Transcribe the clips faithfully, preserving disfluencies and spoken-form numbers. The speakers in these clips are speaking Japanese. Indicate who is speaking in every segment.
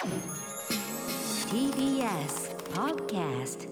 Speaker 1: ティービーエス Podcast。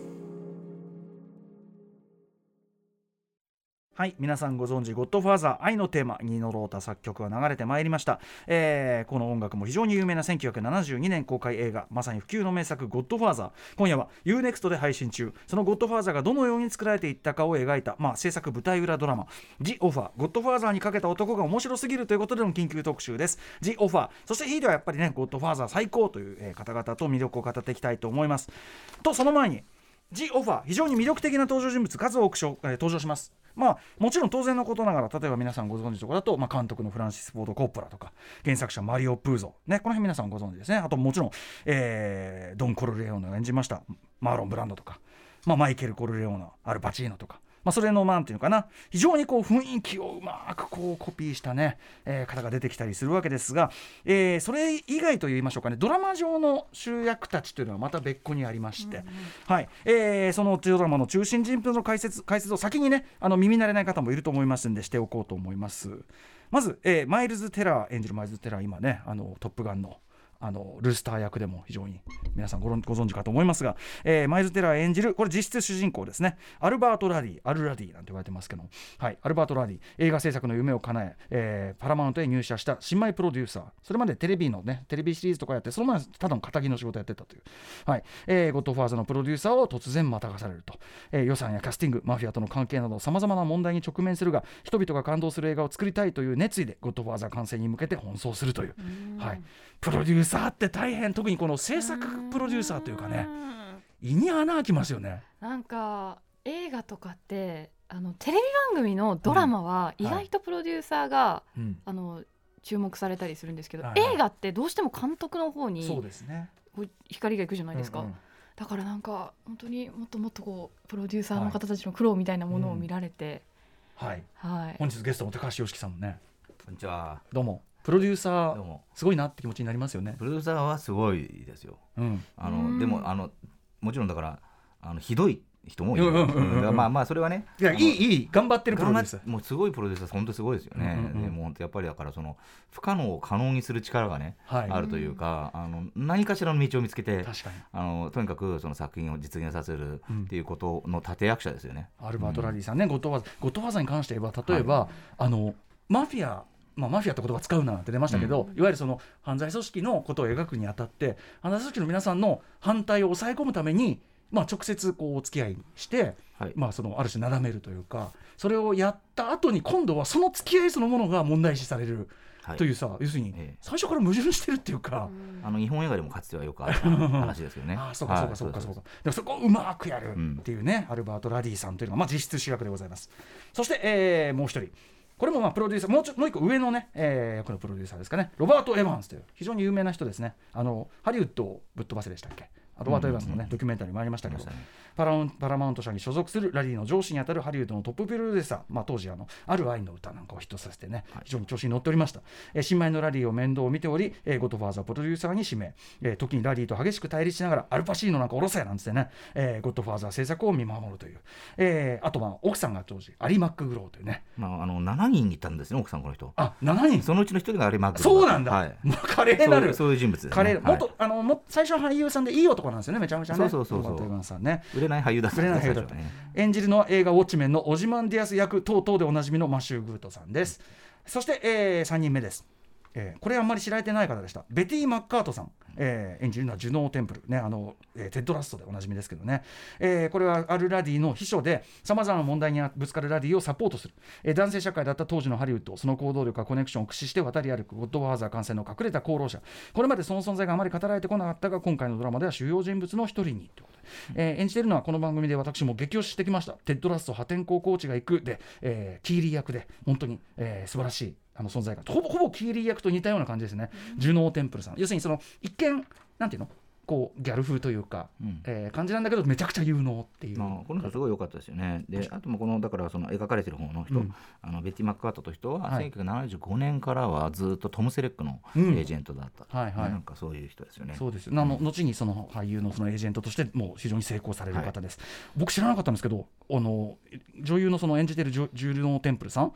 Speaker 2: はい、皆さんご存知ゴッドファーザー愛のテーマニーノロータ作曲が流れてまいりました、えー、この音楽も非常に有名なせんきゅうひゃくななじゅうにねん公開映画、まさに不朽の名作ゴッドファーザー。今夜は ユーネクスト で配信中、そのゴッドファーザーがどのように作られていったかを描いた、まあ、制作舞台裏ドラマ The Offer ゴッドファーザーにかけた男が面白すぎるということでの緊急特集です。 The Offer、 そしてヒーではやっぱりねゴッドファーザー最高という、えー、方々と魅力を語っていきたいと思いますと、その前にThe Offer、 非常に魅力的な登場人物数多く、えー、登場します。まあ、もちろん当然のことながら、例えば皆さんご存知のところだと、まあ、監督のフランシス・フォード・コッポラとか、原作者マリオ・プーゾ、ね、この辺皆さんご存知ですね。あともちろん、えー、ドン・コルレオーナを演じましたマーロン・ブランドとか、まあ、マイケル・コルレオーナ、アルパチーノとか、まあ、それのなんていうのかな、非常にこう雰囲気をうまくこうコピーしたね、えー、方が出てきたりするわけですが、えー、それ以外といいましょうかね、ドラマ上の主役たちというのはまた別個にありまして、うんうん、はい、えー、そのドラマの中心人物の解説解説を先にね、あの耳慣れない方もいると思いますんでしておこうと思います。まず、えー、マイルズ・テラー演じるマイルズ・テラー、今ね、あのトップガンのあのルースター役でも非常に皆さん ご, ご存知かと思いますが、えー、マイルズ・テラー演じる、これ実質主人公ですね、アルバート・ラディ、アルラディなんて言われてますけども、はい、アルバート・ラディ、映画制作の夢を叶ええー、パラマウントへ入社した新米プロデューサー。それまでテレビのねテレビシリーズとかやって、その前ただの仇の仕事やってたという、はい、えー、ゴッドファーザーのプロデューサーを突然またがされると、えー、予算やキャスティング、マフィアとの関係などさまざまな問題に直面するが、人々が感動する映画を作りたいという熱意でゴッドファーザー完成に向けて奔走するという、はい、プロデューサーって大変、特にこの制作プロデューサーというかね、胃に穴開きますよね。
Speaker 3: なんか映画とかってあのテレビ番組のドラマは意外とプロデューサーが、うんはい、あの注目されたりするんですけど、はいはい、映画ってどうしても監督の方にそうですね、光がいくじゃないですか、うんうん、だからなんか本当にもっともっとこうプロデューサーの方たちの苦労みたいなものを見られて、
Speaker 2: はいはいはい、本日ゲストの高橋良樹さんもね、
Speaker 4: こんにちは。
Speaker 2: どうも。プロデューサーすごいなって気持ちになりますよね。
Speaker 4: プロデューサーはすごいですよ、うん、あのでもあのもちろんだからあのひどい人もいる、うんうんうん、まあまあそれはね、
Speaker 2: いやいいいい頑張ってるプロデューサー、
Speaker 4: もうすごいプロデューサー本当すごいですよね、うんうんうん、でもやっぱりだからその不可能を可能にする力がね、はい、あるというか、あの何かしらの道を見つけて、確かにあのとにかくその作品を実現させるっていうことの立役者ですよね、
Speaker 2: うん、アルバート・ラディさんね、ゴッドファーザー、ゴッドファーザーに関して言えば例えば、はい、あのマフィアまあ、マフィアって言葉使うなって出ましたけど、うん、いわゆるその犯罪組織のことを描くにあたって犯罪組織の皆さんの反対を抑え込むために、まあ、直接こうお付き合いして、はいまあ、そのある種なだめるというか、それをやった後に今度はその付き合いそのものが問題視されるというさ、はい、要するに最初から矛盾してるっていうか、
Speaker 4: ええ、あの日本映画でもかつてはよくあった話ですよね
Speaker 2: ああそうかそうかそうかそうか、はい、でもそこをうまくやるっていうね、うん、アルバート・ラディさんというのが、まあ、実質主役でございます。そして、えー、もう一人、これもまあプロデューサー、もうちょもう一個上のね、えー、このプロデューサーですかね、ロバート・エヴァンスという非常に有名な人ですね。あのハリウッドをぶっ飛ばせでしたっけ、ロバート・エヴァンスの、ねうんうん、ドキュメンタリーもありましたけど、ね、パラ, パラマウント社に所属するラディの上司にあたるハリウッドのトッププロデューサー、まあ、当時あのある愛の歌なんかをヒットさせてね、非常に調子に乗っておりました、えー、新米のラディを面倒を見ており、えー、ゴッドファーザープロデューサーに指名、えー、時にラディと激しく対立しながらアルパシーノなんか下ろせなんつってね、えー、ゴッドファーザー制作を見守るという、えー、あとまあ奥さんが当時アリ・マックグローというね、
Speaker 4: まあ、あのしちにんいたんですね、奥さんこの人。
Speaker 2: あ、しちにん、
Speaker 4: そのうちのひとりがアリ・マックグロー。
Speaker 2: そうなんだ、はい、華麗なる
Speaker 4: そういう人物です、ね、
Speaker 2: 華麗、元、はい、あのも最初は俳優さんでいい男なんですよね、めちゃめちゃね。
Speaker 4: そうそうそうそう、
Speaker 2: ね、
Speaker 4: 売れない俳優だった、ね、
Speaker 2: 演じるのは映画ウォッチメンのオジマンディアス役等々でおなじみのマシュー・グートさんです。そして、えー、さんにんめです。えー、これあんまり知られてない方でした。ベティ・マッカートさん、えー、演じるのはジュノー・テンプル、ね、あのえー、テッドラストでおなじみですけどね、えー、これはアル・ラディの秘書でさまざまな問題にぶつかるラディをサポートする、えー、男性社会だった当時のハリウッド、その行動力やコネクションを駆使して渡り歩くゴッドファーザー完成の隠れた功労者。これまでその存在があまり語られてこなかったが、今回のドラマでは主要人物の一人にということで、えー、演じているのはこの番組で私も激推ししてきましたテッドラスト破天荒コーチが行くで、えー、キーリー役で本当に、えー、素晴らしいあの存在感、ほぼほぼキーリー役と似たような感じですね、うん、ジュノー・テンプルさん。要するにその一見なんていうのこうギャル風というか、うんえー、感じなんだけどめちゃくちゃ有能っていう、
Speaker 4: まあ、この人すごい良かったですよね。であともこのだからその描かれてる方の人、うん、あのベティ・マッカートという人は、はい、せんきゅうひゃくななじゅうごねんからはずっとトム・セレックのエージェントだった、うんはいはい、なんかそういう人ですよね。
Speaker 2: そうですよ、うん、の後にその俳優 の, そのエージェントとしてもう非常に成功される方です、はい、僕知らなかったんですけど、あの女優 の, その演じているジュールノー・テンプルさん、はい、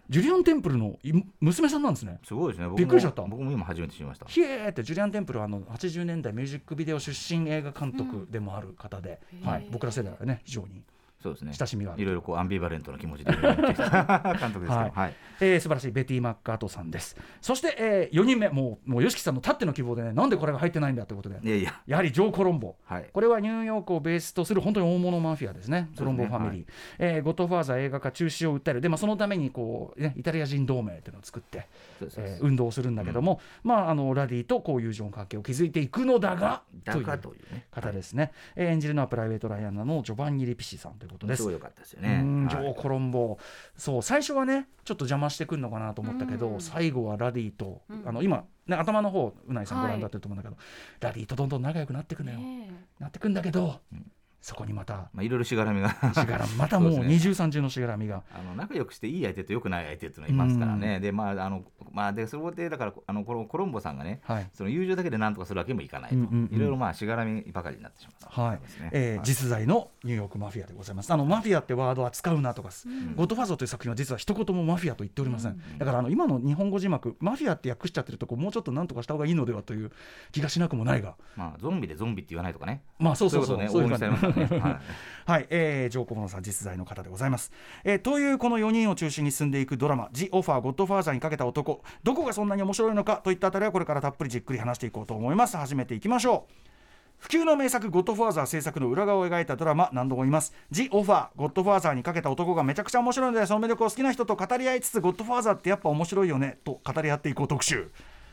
Speaker 2: ジュリアン・テンプルの娘さんなんですね。
Speaker 4: すごいですね。
Speaker 2: びっくりしちゃった。
Speaker 4: 僕も今初めて知りました。
Speaker 2: ひえーってジュリアン・テンプルはあのはちじゅうねんだいミュージックビデオ出身映画監督でもある方で、うんはい、僕ら世代はね非常にそうですね、親しみがある。
Speaker 4: いろいろこうアンビバレントな気持ちで監督ですけど、はい
Speaker 2: はいえー、素晴らしいベティ・マッカートさんです。そして、えー、よにんめもう、もうヨシキさんのたっての希望でね、なんでこれが入ってないんだということで、
Speaker 4: いやいや
Speaker 2: やはりジョー・コロンボ、
Speaker 4: はい、
Speaker 2: これはニューヨークをベースとする本当に大物マフィアですね、コロンボファミリー、はいえー、ゴッドファーザー映画化中止を訴える。で、まあ、そのためにこう、ね、イタリア人同盟というのを作って、えー、運動をするんだけども、うんまあ、あのラディとこう友情関係を築いていくのだがという方ですね、はいえー、演じるのはプライベート・ライアンナのジョバンニ・リピシさんということです。
Speaker 4: すごい良かったですよね。
Speaker 2: うんジョー・コロンボ、そう最初はねちょっと邪魔してくるのかなと思ったけど、うん、最後はラディと、うん、あの今、ね、頭の方うないさんご覧になってると思うんだけど、はい、ラディとどんどん仲良くなってくんだよ、ね、なってくんだけど、うんそこにまた
Speaker 4: いろいろしがらみが
Speaker 2: しがらまたもう二重三重のしがらみが
Speaker 4: あの仲良くしていい相手と良くない相手っていうのがいますからね、うん、でまああのまあでそれでだからあのこのコロンボさんがね、はい、その友情だけで何とかするわけにもいかないと、うんうんうん、いろいろまあしがらみばかりになってしまう、
Speaker 2: はいえーはい、実在のニューヨークマフィアでございます。あのマフィアってワードは使うなとか、うん、ゴッドファーザーという作品は実は一言もマフィアと言っておりません、うん、だからあの今の日本語字幕マフィアって訳しちゃってるとこもうちょっと何とかした方がいいのではという気がしなくもないが、
Speaker 4: まあ、ゾンビでゾンビって言わないとかね、
Speaker 2: まあそうそうそう、
Speaker 4: そういうことね、応援してますからねはい
Speaker 2: はい、えー、ジョー・コロンボさん実在の方でございます、えー、というこのよにんを中心に進んでいくドラマジ・オファー・ゴッドファーザーにかけた男、どこがそんなに面白いのかといったあたりはこれからたっぷりじっくり話していこうと思います。始めていきましょう。不朽の名作ゴッドファーザー制作の裏側を描いたドラマ、何度も言いますジ・オファーゴッドファーザーにかけた男がめちゃくちゃ面白いので、その魅力を好きな人と語り合いつつ、ゴッドファーザーってやっぱ面白いよねと語り合っていこう特集。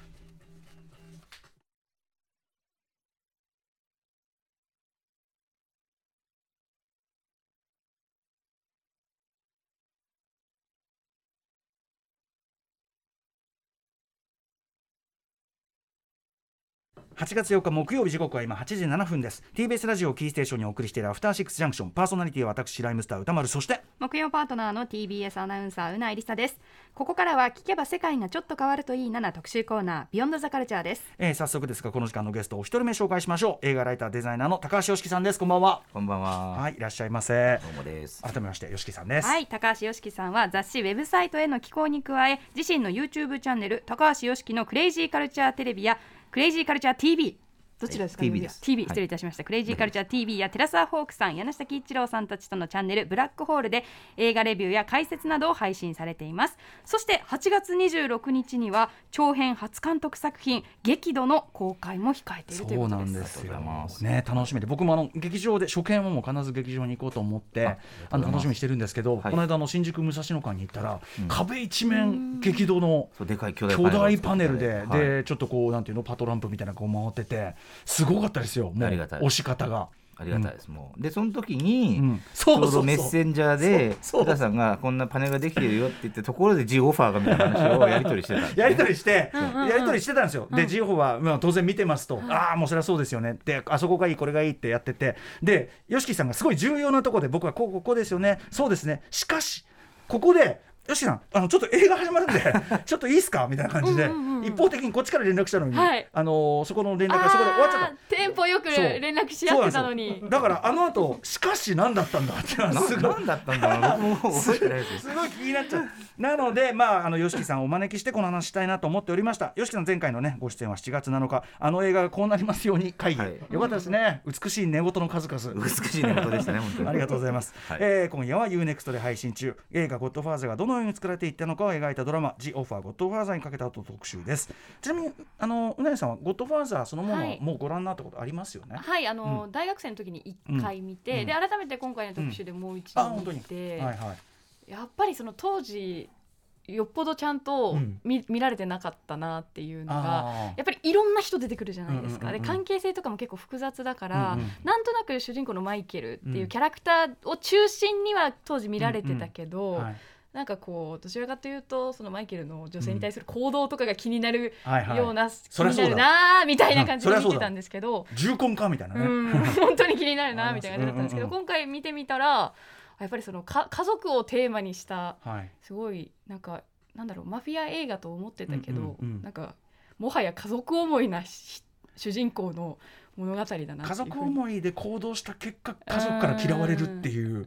Speaker 2: はちがつようか木曜日、時刻は今はちじななふんです。 ティービーエス ラジオキーステーションにお送りしているアフターシックスジャンクション、パーソナリティは私ライムスター歌丸、そして
Speaker 3: 木曜パートナーの ティービーエス アナウンサーうないりさです。ここからは聞けば世界がちょっと変わるといいなな特集コーナー、ビヨンドザカルチャーです。
Speaker 2: えー、早速ですがこの時間のゲストをお一人目紹介しましょう。映画ライターデザイナーの高橋よしきさんです。こんばんは。
Speaker 4: こんばんは。
Speaker 2: はい、いらっしゃいませ。
Speaker 4: どうもです。
Speaker 2: 改めましてよしきさんです。
Speaker 3: はい、高橋よしきさんは雑誌ウェブサイトへの寄稿に加え、自身の YouTube チャンネル高橋よしきのクレイジーカルチャーテレビやクレイジーカルチャー ティービー、どちらですか、
Speaker 4: ティービー です。
Speaker 3: ティービー 失礼いたしました、はい、クレイジーカルチャー ティービー やテラスアホークさん、柳下喜一郎さんたちとのチャンネルブラックホールで映画レビューや解説などを配信されています。そしてはちがつにじゅうろくにちには長編初監督作品激怒の公開も控えているということです。
Speaker 2: そうなんですよ、ね、楽しみで僕もあの劇場で初見はもう必ず劇場に行こうと思ってああの楽しみにしてるんですけど、はい、この間の新宿武蔵野館に行ったら、うん、壁一面激怒の
Speaker 4: でかい巨
Speaker 2: 大パネルで、はい、でちょっとこうなんていうのパトランプみたいなのが回っててすごかったですよ。もう押し方が
Speaker 4: ありがたいです、うん、もうでその時に、うん、ちょうどメッセンジャーで福さんがこんなパネルができてるよって言ってところで G オファーがみたいな話をやり取りしてたんです、ね、
Speaker 2: やり取りしてやり取りしてたんですよ、うん、で G オファーは、まあ、当然見てますと、うん、ああもうそれはそうですよねであそこがいいこれがいいってやっててで よしきさんがすごい重要なところで僕はこうこうこうですよねそうですねしかしここでよしさんあのちょっと映画始まるんでちょっといいっすかみたいな感じでうんうん、うん、一方的にこっちから連絡したのに、はい、あのー、そこの連絡がそこで終わっちゃった。
Speaker 3: テンポよく連絡し合ってたのに
Speaker 2: だからあの後しかし何だったんだってすごい
Speaker 4: 何だったんだろう僕も覚えてないです
Speaker 2: すごい気になっちゃうなのでまああのよしきさんをお招きしてこの話したいなと思っておりました。よしきさん前回のねご出演はしちがつなのかあの映画がこうなりますように会議、はい、よかったですね。美しい寝言の数々
Speaker 4: 美しい寝言でしたね本当に
Speaker 2: ありがとうございます、はいえー、今夜は ユーネクスト で配信中映画ゴッドファーザーがどのように作られていったのかを描いたドラマ ジ・オファーゴッドファーザーにかけた後特集です。ちなみにあのうなぎさんはゴッドファーザーそのものをもうご覧になったことありますよね。
Speaker 3: はいあの、うん、大学生の時にいっかい見て、うん、で改めて今回の特集でもう一度見て、うんはいはい、やっぱりその当時よっぽどちゃんと 見,、うん、見られてなかったなっていうのがやっぱりいろんな人出てくるじゃないですか、うんうんうん、で関係性とかも結構複雑だから、うんうん、なんとなく主人公のマイケルっていうキャラクターを中心には当時見られてたけど、うんうんはいなんかこうどちらかというとそのマイケルの女性に対する行動とかが気になるような、うんはいはい、気になるなみたいな感じで見てたんですけど、
Speaker 2: うん、重婚かみたいなね、うん、
Speaker 3: 本当に気になるなみたいな感じだったんですけど、うんうんうん、今回見てみたらやっぱりそのか家族をテーマにしたすごいなんかなんだろうマフィア映画と思ってたけど、うんうんうん、なんかもはや家族思いな主人公の物語だなっていう。
Speaker 2: 家族思いで行動した結果家族から嫌われるっていう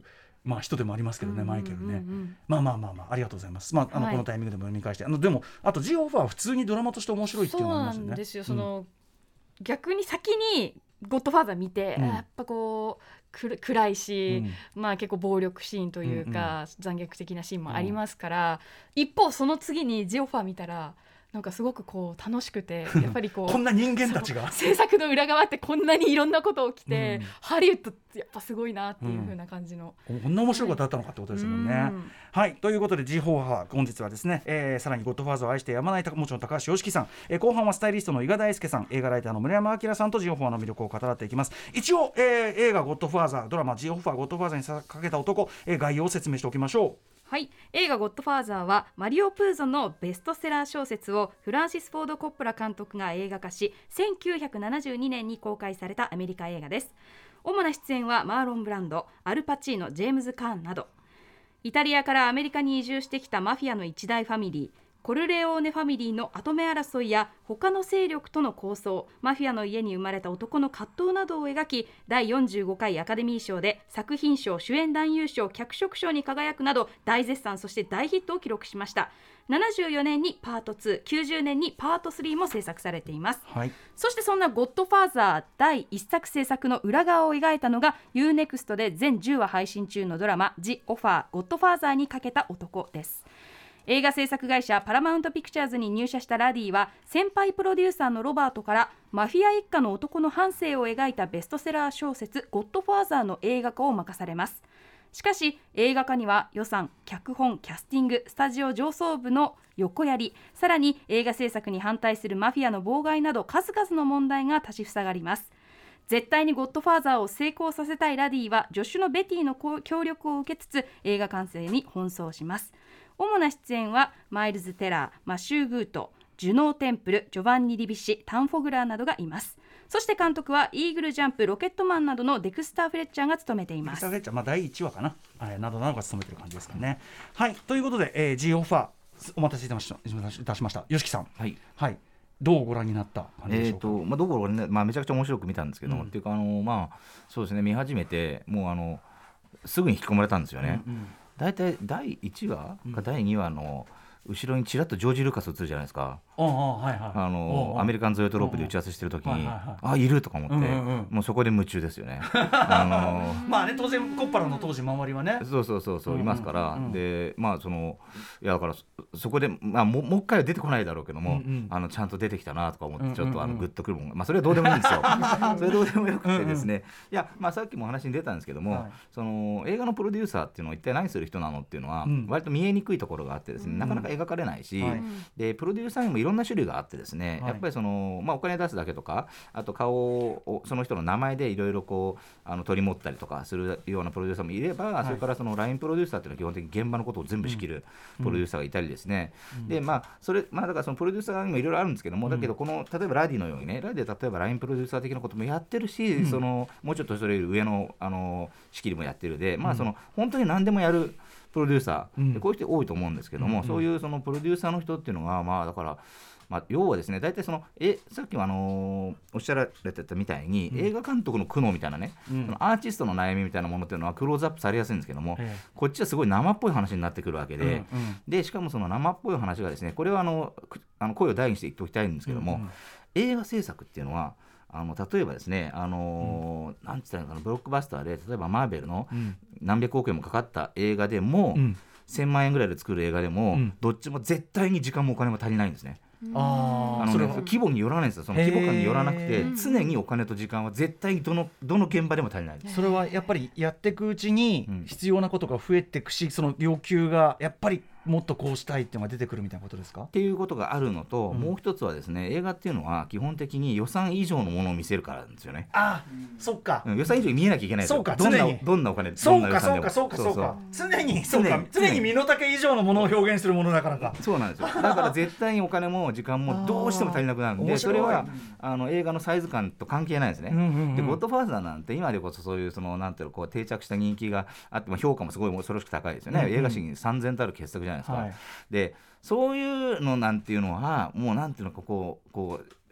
Speaker 2: まあ、人でもありますけどね、マイケルね、まあまあまあまあありがとうございます、まあ、あのこのタイミングでも読み返して、あのでもあと G オファーは普通にドラマとして面白いっていうのがありますよね。
Speaker 3: そうなんですよ、その、うん、逆に先にゴッドファーザー見て、うん、やっぱこうく暗いし、うん、まあ結構暴力シーンというか、うんうん、残虐的なシーンもありますから、うん、一方その次に G オファー見たらなんかすごくこう楽しくて、やっぱりこう
Speaker 2: こんな人間たちが
Speaker 3: 制作の裏側ってこんなにいろんなこと起きて、うん、ハリウッドってやっぱすごいなっていう風な感じの、
Speaker 2: うん、こんな面白いことあったのかってことですもんね、はい、はい、ということで G オファー本日はですね、えー、さらにゴッドファーザーを愛してやまないもちろん高橋良樹さん、えー、後半はスタイリストの伊賀大輔さん、映画ライターの村山明さんと G オファーの魅力を語らっていきます。一応、えー、映画ゴッドファーザー、ドラマ G オファーゴッドファーザーにかけた男、えー、概要を説明しておきましょう。
Speaker 3: はい、映画ゴッドファーザーはマリオ・プーゾのベストセラー小説をフランシス・フォード・コッポラ監督が映画化し、せんきゅうひゃくななじゅうにねんに公開されたアメリカ映画です。主な出演はマーロン・ブランド、アルパチーノ、ジェームズ・カーンなど。イタリアからアメリカに移住してきたマフィアの一大ファミリー、コルレオーネファミリーの跡目争いや他の勢力との抗争、マフィアの家に生まれた男の葛藤などを描き、だいよんじゅうごかいアカデミー賞で作品賞、主演男優賞、脚色賞に輝くなど大絶賛、そして大ヒットを記録しました。ななじゅうよねんにパートツー、きゅうじゅうねんにパートスリーも制作されています、はい、そしてそんなゴッドファーザーだいいっさく制作の裏側を描いたのが ユーネクスト で全じゅうわ配信中のドラマ The Offer ゴッドファーザーにかけた男です。映画制作会社パラマウントピクチャーズに入社したラディは、先輩プロデューサーのロバートからマフィア一家の男の半生を描いたベストセラー小説ゴッドファーザーの映画化を任されます。しかし映画化には予算、脚本、キャスティング、スタジオ上層部の横やり、さらに映画制作に反対するマフィアの妨害など数々の問題が立ちふさがります。絶対にゴッドファーザーを成功させたいラディは助手のベティの協力を受けつつ映画完成に奔走します。主な出演はマイルズ・テラー、マシュー・グート、ジュノー・テンプル、ジョバンニ・リビシ、タン・フォグラーなどがいます。そして監督はイーグル・ジャンプ、ロケットマンなどのデクスター・フレッチャーが務めています。
Speaker 2: デクスター・フレッチャー、まあ、だいいちわかな、はい、などなどが務めている感じですかね。はい、ということで、えー、G オファーお待たせいたしましたいたしました吉木さん、はい、はい、どうご覧になった感じでしょうか。えーとまあ、どうご覧にな、まあ、めちゃくちゃ面白く見たんですけど、うん、っていうかあの、まあ、そうですね、見始めてもうあのすぐに引き込まれたんですよね。うんうん、だいたいだいいちわかだいにわの後ろにちらっとジョージ・ルーカス映るじゃないですか。あのアメリカン・ゾヨトロープで打ち合わせしてる時に、あ、いるとか思って、うんうんうん、もうそこで夢中ですよね。あのまあね、当然コッパラの当時周りはね、
Speaker 4: そうそうそうそう、うんうん、いますから、うんうん、でまあそのいやだから そ, そこで、まあ、も, もう一回は出てこないだろうけども、うんうん、あのちゃんと出てきたなとか思ってちょっとあのグッとくるもんが、まあそれはどうでもいいんですよ。それどうでもよくてですね、うんうん、いやまあさっきも話に出たんですけども、はい、その映画のプロデューサーっていうのは一体何する人なのっていうのは、うん、割と見えにくいところがあってですね、なかなか描かれないし、はい、でプロデューサーにもいろんな種類があってですね、はい、やっぱりその、まあ、お金出すだけとか、あと顔をその人の名前でいろいろこうあの取り持ったりとかするようなプロデューサーもいれば、はい、それからそのラインプロデューサーっていうのは基本的に現場のことを全部仕切るプロデューサーがいたりですね、うん、でまあそれまあだからそのプロデューサーにもいろいろあるんですけども、うん、だけどこの例えばラディのようにね、ラディは例えばラインプロデューサー的なこともやってるし、うん、そのもうちょっとそれより上のあの仕切りもやってるで、まあその本当に何でもやるプロデューサー、うん、こういう人多いと思うんですけども、うんうん、そういうそのプロデューサーの人っていうのがまあだから、まあ、要はですね、大体そのえさっきもあのー、おっしゃられてたみたいに、うん、映画監督の苦悩みたいなね、うん、そのアーティストの悩みみたいなものっていうのはクローズアップされやすいんですけども、ええ、こっちはすごい生っぽい話になってくるわけで、うんうん、でしかもその生っぽい話がですね、これはあのあの声を大にして言っておきたいんですけども、うんうん、映画制作っていうのはあの例えばですね、あのーうん、なんて言ったらいいのかな、ブロックバスターで例えばマーベルの何百億円もかかった映画でも、うん、せんまんえんぐらいで作る映画でも、うん、どっちも絶対に時間もお金も足りないんですね。ああのね、規模によらないんですよ。その規模感によらなくて、常にお金と時間は絶対どのどの現場でも足りないです。
Speaker 2: それはやっぱりやっていくうちに必要なことが増えていくし、その要求がやっぱりもっとこうしたいっていうのが出てくるみたいなことですか
Speaker 4: っていうことがあるのと、うん、もう一つはですね、映画っていうのは基本的に予算以上のものを見せるからなんですよね。
Speaker 2: ああ、そっか、
Speaker 4: うん、予算以上に見えなきゃいけないですよ。
Speaker 2: そうか、
Speaker 4: どんなどんなお金で、
Speaker 2: そうかそうかそうかそうか、常にそうか常に身の丈以上のものを表現するものだからか。
Speaker 4: そうなんですよ。だから絶対にお金も時間もどうしても足りなくなるんで、それはあの映画のサイズ感と関係ないですね。うんうんうん、でゴッドファーザーなんて今でこそそういうそのなんていうのこう定着した人気があって、まあ、評価もすごい恐ろしく高いですよね。うんうん、映画史にさんぜんたる傑作じゃないですか。はい、でそういうのなんていうのはもうなんていうのかこうこう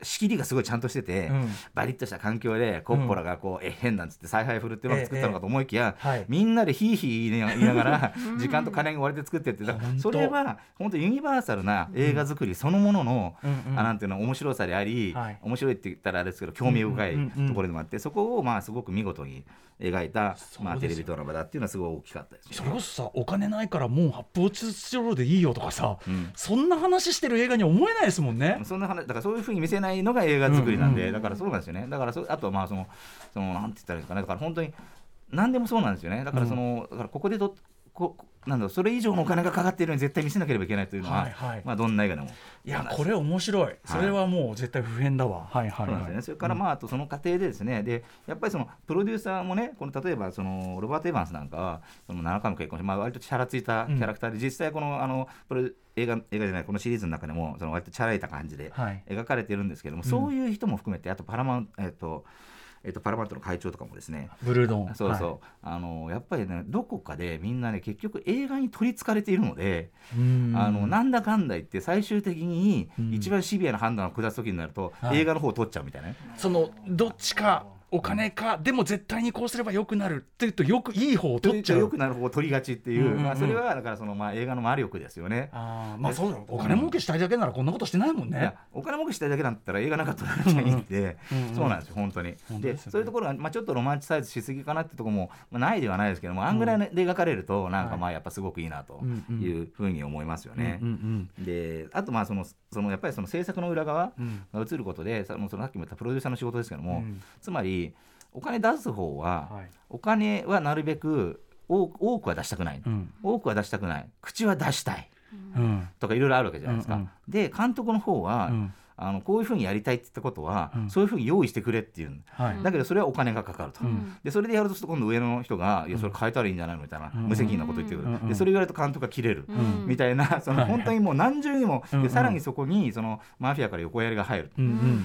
Speaker 4: 仕切りがすごいちゃんとしてて、うん、バリッとした環境でコッポラがこう、うん、えへんなんつって采配振るってうまく作ったのかと思いきや、ええはい、みんなでヒーヒー言いながら時間と金に追われて作ってってだからそれは本当ユニバーサルな映画作りそのものの、うん、あなんていうの面白さであり、はい、面白いって言ったらあれですけど興味深いところでもあって、そこをまあすごく見事に描いた、まあ、テレビドラマだっていうのはすごい大きかったです、ね、
Speaker 2: それこそさお金ないからもう発泡スチロールでいいよとかさ、うん、そんな話してる映画に思えないですもんね。
Speaker 4: そんな話だからそういう風に見せないのが映画作りなんで、うんうん、だからそうなんですよね。だからそあとはまあそのそのなんて言ったらいいですかね、だから本当に何でもそうなんですよね。だからその、うん、だからここでどこなんだろうそれ以上のお金がかかっているのに絶対見せなければいけないというのは、はいはい、まあ、どんな映画でも
Speaker 2: いやこれ面白い、それはもう絶対不変だわ、はいはいはい、そうなんですね。
Speaker 4: それからまああとその過程でですね、でやっぱりそのプロデューサーもね、この例えばそのロバート・エヴァンスなんかはそのななかいも結婚して、まあ、割とチャラついたキャラクターで、うん、実際このあのプロ映画、映画じゃないこのシリーズの中でもその割とチャラいた感じで描かれてるんですけども、はい、そういう人も含めてあとパラマウ、えっとえっと、パラマウントの会長とかもですね、
Speaker 2: ブルードン、
Speaker 4: そうそう、はい、あのやっぱりねどこかでみんなね結局映画に取りつかれているので、うんあのなんだかんだ言って最終的に一番シビアな判断を下す時になると、うん、映画の方を取っちゃうみたいな、ね、
Speaker 2: そのどっちかお金か、でも絶対にこうすればよくなるっていうとよくいい方を取っちゃう、
Speaker 4: よくなる方を取りがちっていう、うんうんうん、まあ、それはだからそのまあ映画の魔力ですよね。
Speaker 2: あ、まあ、そうだお金儲けしたいだけならこんなことしてないもんね。
Speaker 4: いやお金儲けしたいだけだったら映画なんか撮らなきゃいいんで、うんうん、そうなんですよ本当に。で、ね、そういうところが、まあ、ちょっとロマンチサイズしすぎかなってところも、まあ、ないではないですけども、あんぐらいで描かれるとなんかまあやっぱすごくいいなというふうに思いますよね、うんうんうん、であとまあそのそのやっぱりその制作の裏側が映ることで、そのそのさっきも言ったプロデューサーの仕事ですけども、うん、つまりお金出す方は、はい、お金はなるべく多くは出したくない、うん、多くは出したくない、口は出したい、うん、とかいろいろあるわけじゃないですか、うんうん、で監督の方は、うん、あのこういうふうにやりたいって言ったことは、うん、そういうふうに用意してくれっていう、はい、だけどそれはお金がかかると、うん、でそれでやると今度上の人がいやそれ変えたらいいんじゃないのみたいな、うん、無責任なこと言ってくる、うん、でそれ言われると監督が切れる、うん、みたいな、その本当にもう何重にも、うん、でさらにそこにそのマフィアから横やりが入る、うん、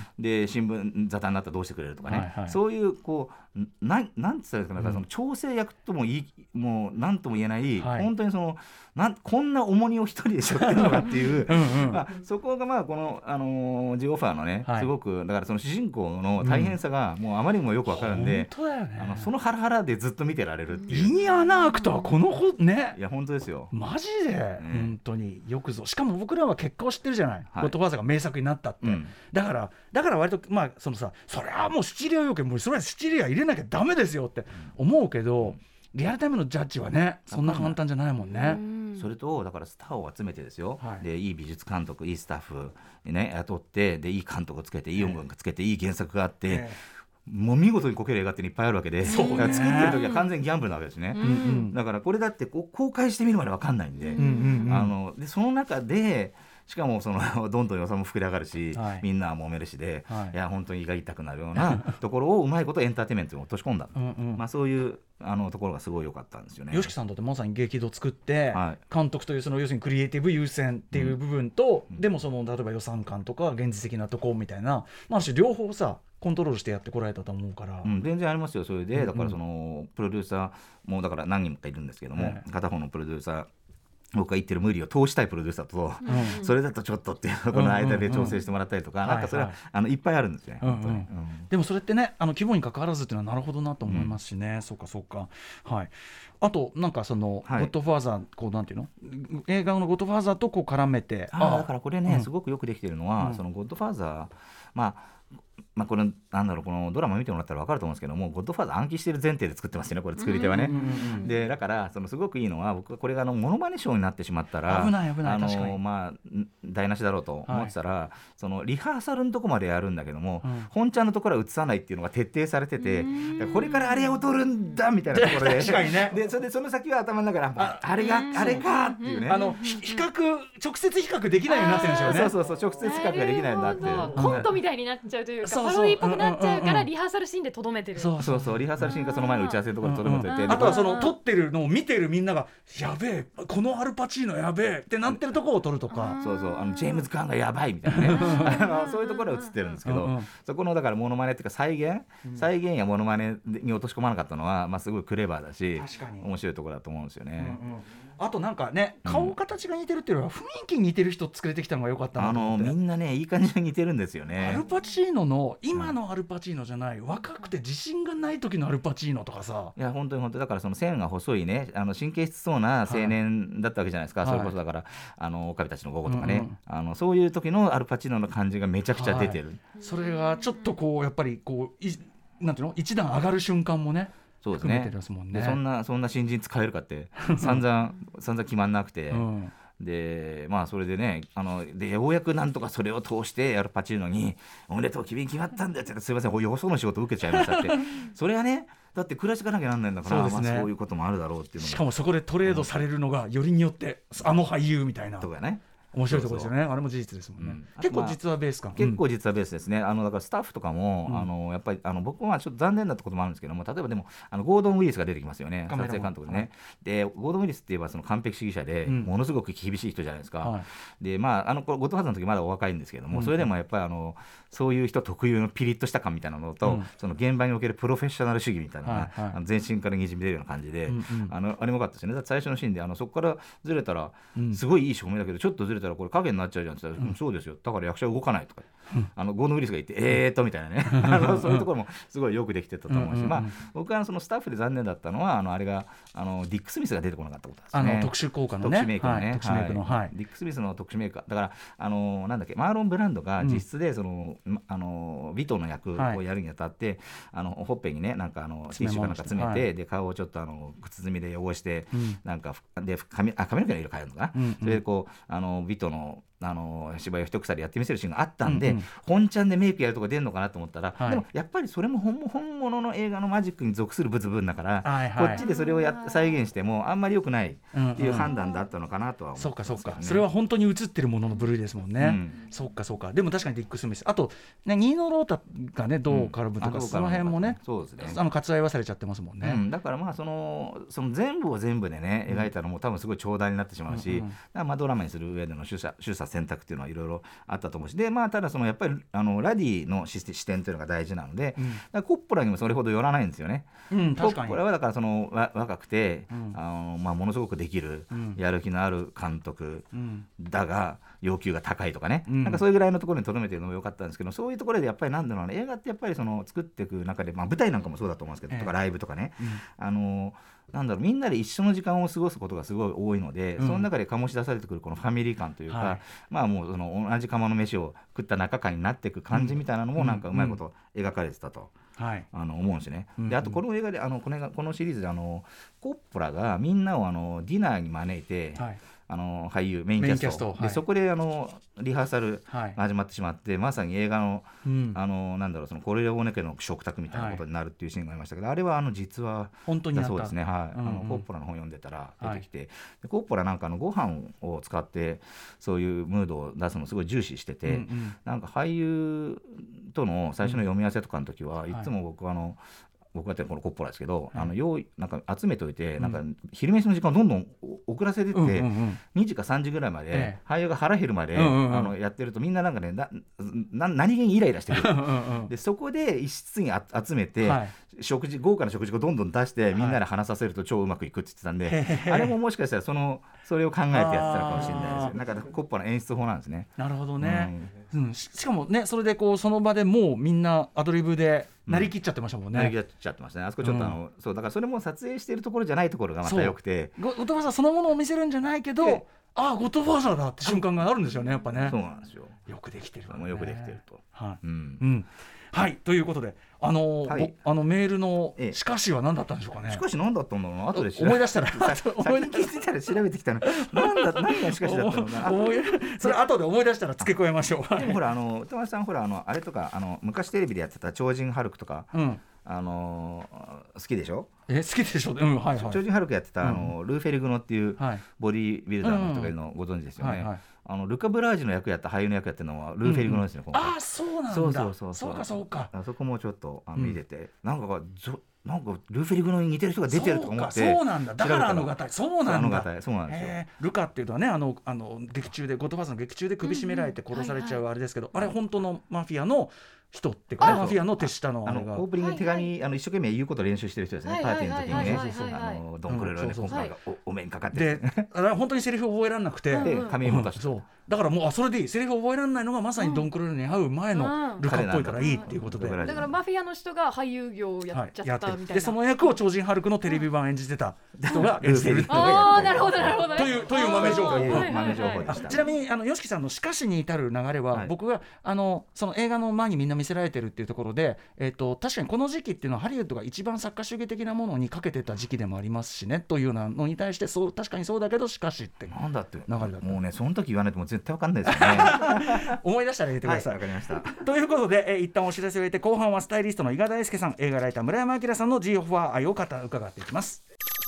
Speaker 4: で新聞沙汰になったらどうしてくれるとかね、はいはい、そういうこうななんて言ったらいいですかね、うん、その調整役ともいいもう何とも言えない、はい、本当にそのなんこんな重荷を一人で背負ってるのかっていううん、うんまあ、そこがまあこの、あのー、ジオファーのね、はい、すごくだからその主人公の大変さがもうあまりにもよくわかるんで、
Speaker 2: 本当だよね、
Speaker 4: あのそのハラハラでずっと見てられるっていう。
Speaker 2: 胃に穴開くとはこのほね、
Speaker 4: いや本当ですよ
Speaker 2: マジで、ね、本当によくぞ。しかも僕らは結果を知ってるじゃない、はい、ゴッドファーザーが名作になったって、うん、だからだから割とまあそのさそれはもうシチリア要件もうそれはシチリア入れなきゃダメですよって思うけど、うん、リアルタイムのジャッジはねそんな簡単じゃないもんね。
Speaker 4: それとだからスターを集めてですよ、はい、でいい美術監督いいスタッフ、ね、雇ってでいい監督つけていい音楽つけて、えー、いい原作があって、えー、もう見事にこける映画っていっぱいあるわけで、そうね、だから作ってる時は完全にギャンブルなわけですね、うんうん、だからこれだってこう公開してみるまで分かんないんで、うんうんうん、あのでその中でしかもそのどんどん予算も膨れ上がるし、はい、みんな揉めるしで、はい、いや本当に胃が痛くなるようなところをうまいことエンターテインメントに落とし込んだうん、うんまあ、そういうあのところがすごい良かったんですよね。
Speaker 2: YOSHIKIさんだってまさに激怒作って、はい、監督というその要するにクリエイティブ優先っていう部分と、うん、でもその例えば予算感とか現実的なところみたいな、まあ、ある種両方さコントロールしてやってこられたと思うから、
Speaker 4: うん、全然ありますよそれで、うんうん、だからそのプロデューサーもだから何人かいるんですけども、えー、片方のプロデューサー僕が言ってる無理を通したいプロデューサーと、うん、それだとちょっとっていうところの間で調整してもらったりとか、うんうんうん、なんかそれは、はいはい、あのいっぱいあるんですね、うんうん、本当に、うん、
Speaker 2: でもそれってねあの規模に関わらずっていうのはなるほどなと思いますしね、うん、そうかそうか、はい、あとなんかその、はい、ゴッドファーザーこうなんていうの映画のゴッドファーザーとこう絡めて
Speaker 4: ああだからこれね、うん、すごくよくできているのは、うん、そのゴッドファーザーまあまあ、これなんだろうこのドラマ見てもらったら分かると思うんですけどもゴッドファーザー暗記してる前提で作ってますよねこれ作り手はね、うんうんうん、でだからそのすごくいいのは僕はこれがあのモノマネショーになってしまったら
Speaker 2: 危ない危ない
Speaker 4: あの、まあ、台無しだろうと思ってたら、はい、そのリハーサルのとこまでやるんだけども、うん、本ちゃんのところは映さないっていうのが徹底されててこれからあれを撮るんだみたいなところで
Speaker 2: 確かにね
Speaker 4: でそれでその先は頭の中で あ, あれがあれかっていうね
Speaker 2: あの比較直接比較できないようになってるんですよね。
Speaker 4: そうそうそう直接比較ができないようになって
Speaker 3: コントみたいになっちゃうというかパロディっぽくなっちゃうからリハーサルシーンでとどめてる。
Speaker 4: そうそうそうリハーサルシーンかその前の打ち合わせのところでとどめてて、
Speaker 2: うんうん、あとはその撮ってるのを見てるみんながやべえこのアルパチーノやべえってなってるところを撮るとか、
Speaker 4: そうそうあのジェームズ・カーンがやばいみたいなねあのそういうところは映ってるんですけど、うんうん、そこのだからモノマネっていうか再現、うん、再現やモノマネに落とし込まなかったのは、まあ、すごいクレバーだし面白いところだと思うんですよね、
Speaker 2: うんうん、あとなんかね顔形が似てるっていうのは雰囲気に似てる人作れてきたのが良かったなと思って、
Speaker 4: あのみんなねいい感じに似てるんですよね。
Speaker 2: アルパチーノの今のアルパチーノじゃない、うん、若くて自信がない時のアルパチーノとかさ、
Speaker 4: いや本当に本当だからその線が細いねあの神経質そうな青年だったわけじゃないですか、はい、それこそだからあの狼たちの午後とかね、うんうん、あのそういう時のアルパチーノの感じがめちゃくちゃ出てる、はい、
Speaker 2: それがちょっとこうやっぱりこういなんていうの一段上がる瞬間もね
Speaker 4: そうですね、でそんなそんな新人使えるかって散々散々決まんなくて、うん、でまあそれでねあのでようやくなんとかそれを通してアルパチーノにおめでとう君に決まったんだってすいませんよその仕事受けちゃいましたってそれはねだって暮らしかなきゃなんないんだから、そうですね、まあ、そういうこともあるだろうっていうの
Speaker 2: しかもそこでトレードされるのがよりによってあの俳優みたいな
Speaker 4: とかね
Speaker 2: 面白いところですよね。あれも事実ですもんね、うん、結構実はベースか、まあ、
Speaker 4: 結構実はベースですね。あのだからスタッフとかも、うん、あのやっぱりあの僕はちょっと残念だったこともあるんですけども、例えばでもあのゴードン・ウィリスが出てきますよね、撮影監督でね、はい、でゴードン・ウィリスって言えばその完璧主義者で、うん、ものすごく厳しい人じゃないですか、はい、でまああのゴッドファーザーの時まだお若いんですけども、うん、それでもやっぱりあのそういう人特有のピリッとした感みたいなのと、うん、その現場におけるプロフェッショナル主義みたいなのが、はいはい、あの全身からにじみ出るような感じで、うんうん、あのあれもよかったですよね。だって最初のシーンであのそこからずれたら、うん、すごいいい照明だけどちょっとずれたらこれ影になっちゃうじゃんって言ったら、うん、そうですよだから役者動かないとか、うん、あのゴードン・ウィリスが言ってえーっとみたいなねあのそういうところもすごいよくできてたと思うし、うんうんうん、まあ、僕はそのスタッフで残念だったのはあのあれがあのディック・スミスが出てこなかったことですね。
Speaker 2: あの特殊効果のね
Speaker 4: 特殊メイクのね、はい、
Speaker 2: 特殊メイクの、はい、
Speaker 4: ディック・スミスの特殊メイクだからあのなんだっけマーロン・ブランドが実質でその、うん、あのヴィトンの役をやるにあたって、はい、あのほっぺにねなんかあのティッシュかなんか詰めて、はい、で顔をちょっとあの靴墨で汚して、うん、なんかで髪あ髪の毛の色変えるのかな、うんうん、それでこうあのヴィトンのあの芝居を一鎖やってみせるシーンがあったんで、うんうん、本ちゃんでメイクやるとか出るのかなと思ったら、はい、でもやっぱりそれも 本, 本物の映画のマジックに属する部分だから、はいはい、こっちでそれをや再現してもあんまり良くないっていう判断だったのかなとは思ってます、ね、
Speaker 2: そうかそうか、それは本当に映ってるものの部類ですもんね、うん、そうかそうか。でも確かにディック・スミスあと、ね、ニーノ・ロータがねどう絡むとか、うん、その辺もね
Speaker 4: そうですね、
Speaker 2: あの割愛はされちゃってますもんね、
Speaker 4: うん、だからまあそのその全部を全部でね描いたのも多分すごい長大になってしまうし、うんうん、だからまあドラマにする上での取捨取捨選択っていうのはいろいろあったと思うし、でまあただそのやっぱりあのラディの視点というのが大事なので、うん、だからコッポラにもそれほど寄らないんですよね、うん、確かにコッポラはだからそのわ若くて、うん、あのまあ、ものすごくできる、うん、やる気のある監督、うん、だが要求が高いとかね、うん、なんかそういうぐらいのところに留めてるのも良かったんですけど、そういうところでやっぱりなんだろうな映画ってやっぱりその作っていく中で、まあ、舞台なんかもそうだと思うんですけど、ええ、とかライブとかね、うん、あのなんだろうみんなで一緒の時間を過ごすことがすごい多いので、うん、その中で醸し出されてくるこのファミリー感というか、はい、まあもうその同じ釜の飯を食った仲間になっていく感じみたいなのもなんかうまいこと描かれてたと、うんうん、あの思うんですね、うんうん、であとこの映画であのこのこのシリーズであのコッポラがみんなをあのディナーに招いて、はい、あの俳優メインキャスト、キャスト、はい、でそこであのリハーサルが始まってしまって、はい、まさに映画の、うん、あのなんだろうそのコレオーネ家の食卓みたいなことになるっていうシーンがありましたけど、はい、あれはあの実は
Speaker 2: 本当に
Speaker 4: そうですね、はい、うんうん、あのコッポラの本読んでたら出てきて、はい、でコッポラなんかあのご飯を使ってそういうムードを出すのすごい重視してて、うんうん、なんか俳優との最初の読み合わせとかの時は、うん、いつも僕はあの僕がやってるこのコッポラですけど、はい、あの用意なんか集めておいて、うん、なんか昼飯の時間をどんどん遅らせてって、うんうんうん、にじかさんじぐらいまで、ええ、俳優が腹減るまで、うんうんうん、あのやってるとみんななんかねなな何気にイライラしてくるうん、でそこで一室にあ集めて、はい、食事豪華な食事をどんどん出してみんなで話させると超うまくいくって言ってたんで、はい、あれももしかしたらそのそれを考えてやってたのかもしれないですよ。なんかコッポラ演出法なんですね。
Speaker 2: なるほどね、うんうん、し, しかもねそれでこうその場でもうみんなアドリブでなりきっちゃってましたもんね、うん、
Speaker 4: なりきっちゃってましたね。あそこちょっとあの、うん、そうだからそれも撮影しているところじゃないところがまた良くて、
Speaker 2: ゴッドファーザーそのものを見せるんじゃないけど、ああゴッドファーザーだって瞬間があるんですよねやっぱね。
Speaker 4: そうなんですよ。
Speaker 2: よくできてる、
Speaker 4: ね、よくできてると、
Speaker 2: はい、うんうん、はいということであのーはい、あのメールのしかしは何だったんでしょうかね。
Speaker 4: しかし何だったんだろうな。後で
Speaker 2: 思い出したら
Speaker 4: 思い出したら調べてきたの何だ何がしかしだったのかな
Speaker 2: それ後で思い出したら付け加えましょう。
Speaker 4: でもほらあの歌丸さんほらあのあれとかあの昔テレビでやってた超人ハルクとか、うん、あのー、好きでしょ。
Speaker 2: え好きでしょ、うんはいはい、
Speaker 4: 超人ハルクやってたあの、うん、ルーフェルグノっていうボディービルダーの人がいるのをご存知ですよね、うんはいはい、 あのルカ・ブラージの役やった俳優の役やってるのはルー・フェリグノですね、
Speaker 2: うんうん、ああそうなんだ。
Speaker 4: そうそうそう
Speaker 2: そうかそうか。
Speaker 4: あそこもちょっとあの見てて、うん、なんかなんかルーフェリグノに似てる人が出てると思って。
Speaker 2: そうなんだ。だからあの方そうなんだ。
Speaker 4: そうなんですよ。
Speaker 2: ルカっていうのはね、あのあの劇中でゴッドファーザーの劇中で首絞められて殺されちゃうあれですけど、うんうんはいはい、あれ本当のマフィアの人っていうか、ね、マフィアの手下のあれが
Speaker 4: オープニング手紙、はいはい、あの一生懸命言うことを練習してる人ですね、はいはい、パーティーの時にね、あのドンクルルで今回が お, お目にかかって
Speaker 2: であれ本当にセリフ覚えられなくて
Speaker 4: で紙持たして、
Speaker 2: そうだからもうあそれでいい、セリフ覚えられないのがまさにドンクルルに会う前のルカっぽいからいいっていうことで、
Speaker 3: だからマフィアの人が俳優業をやっちゃったみたいな、はい、
Speaker 2: でその役を超人ハルクのテレビ版演じてた人が演じてる
Speaker 3: ああなるほどなるほど、
Speaker 2: というという豆情報、
Speaker 4: 豆情報でした。
Speaker 2: ちなみにあのYOSHIKIさんのしかしに至る流れは、はい、僕があのその映画の前にみんな見せられてるっていうところで、えー、と確かにこの時期っていうのはハリウッドが一番作家主義的なものにかけてた時期でもありますしねというようなのに対して、そう確かにそうだけどしかしって
Speaker 4: なんだって流
Speaker 2: れだった。
Speaker 4: もうねその時言わないともう絶対分かんないですよね
Speaker 2: 思い出したら入れてください。
Speaker 4: わ、はい、かりました。
Speaker 2: ということで、えー、一旦お知らせを入れて後半はスタイリストの伊賀大輔さん、映画ライター村山明さんの G オファー愛を語伺っていきます。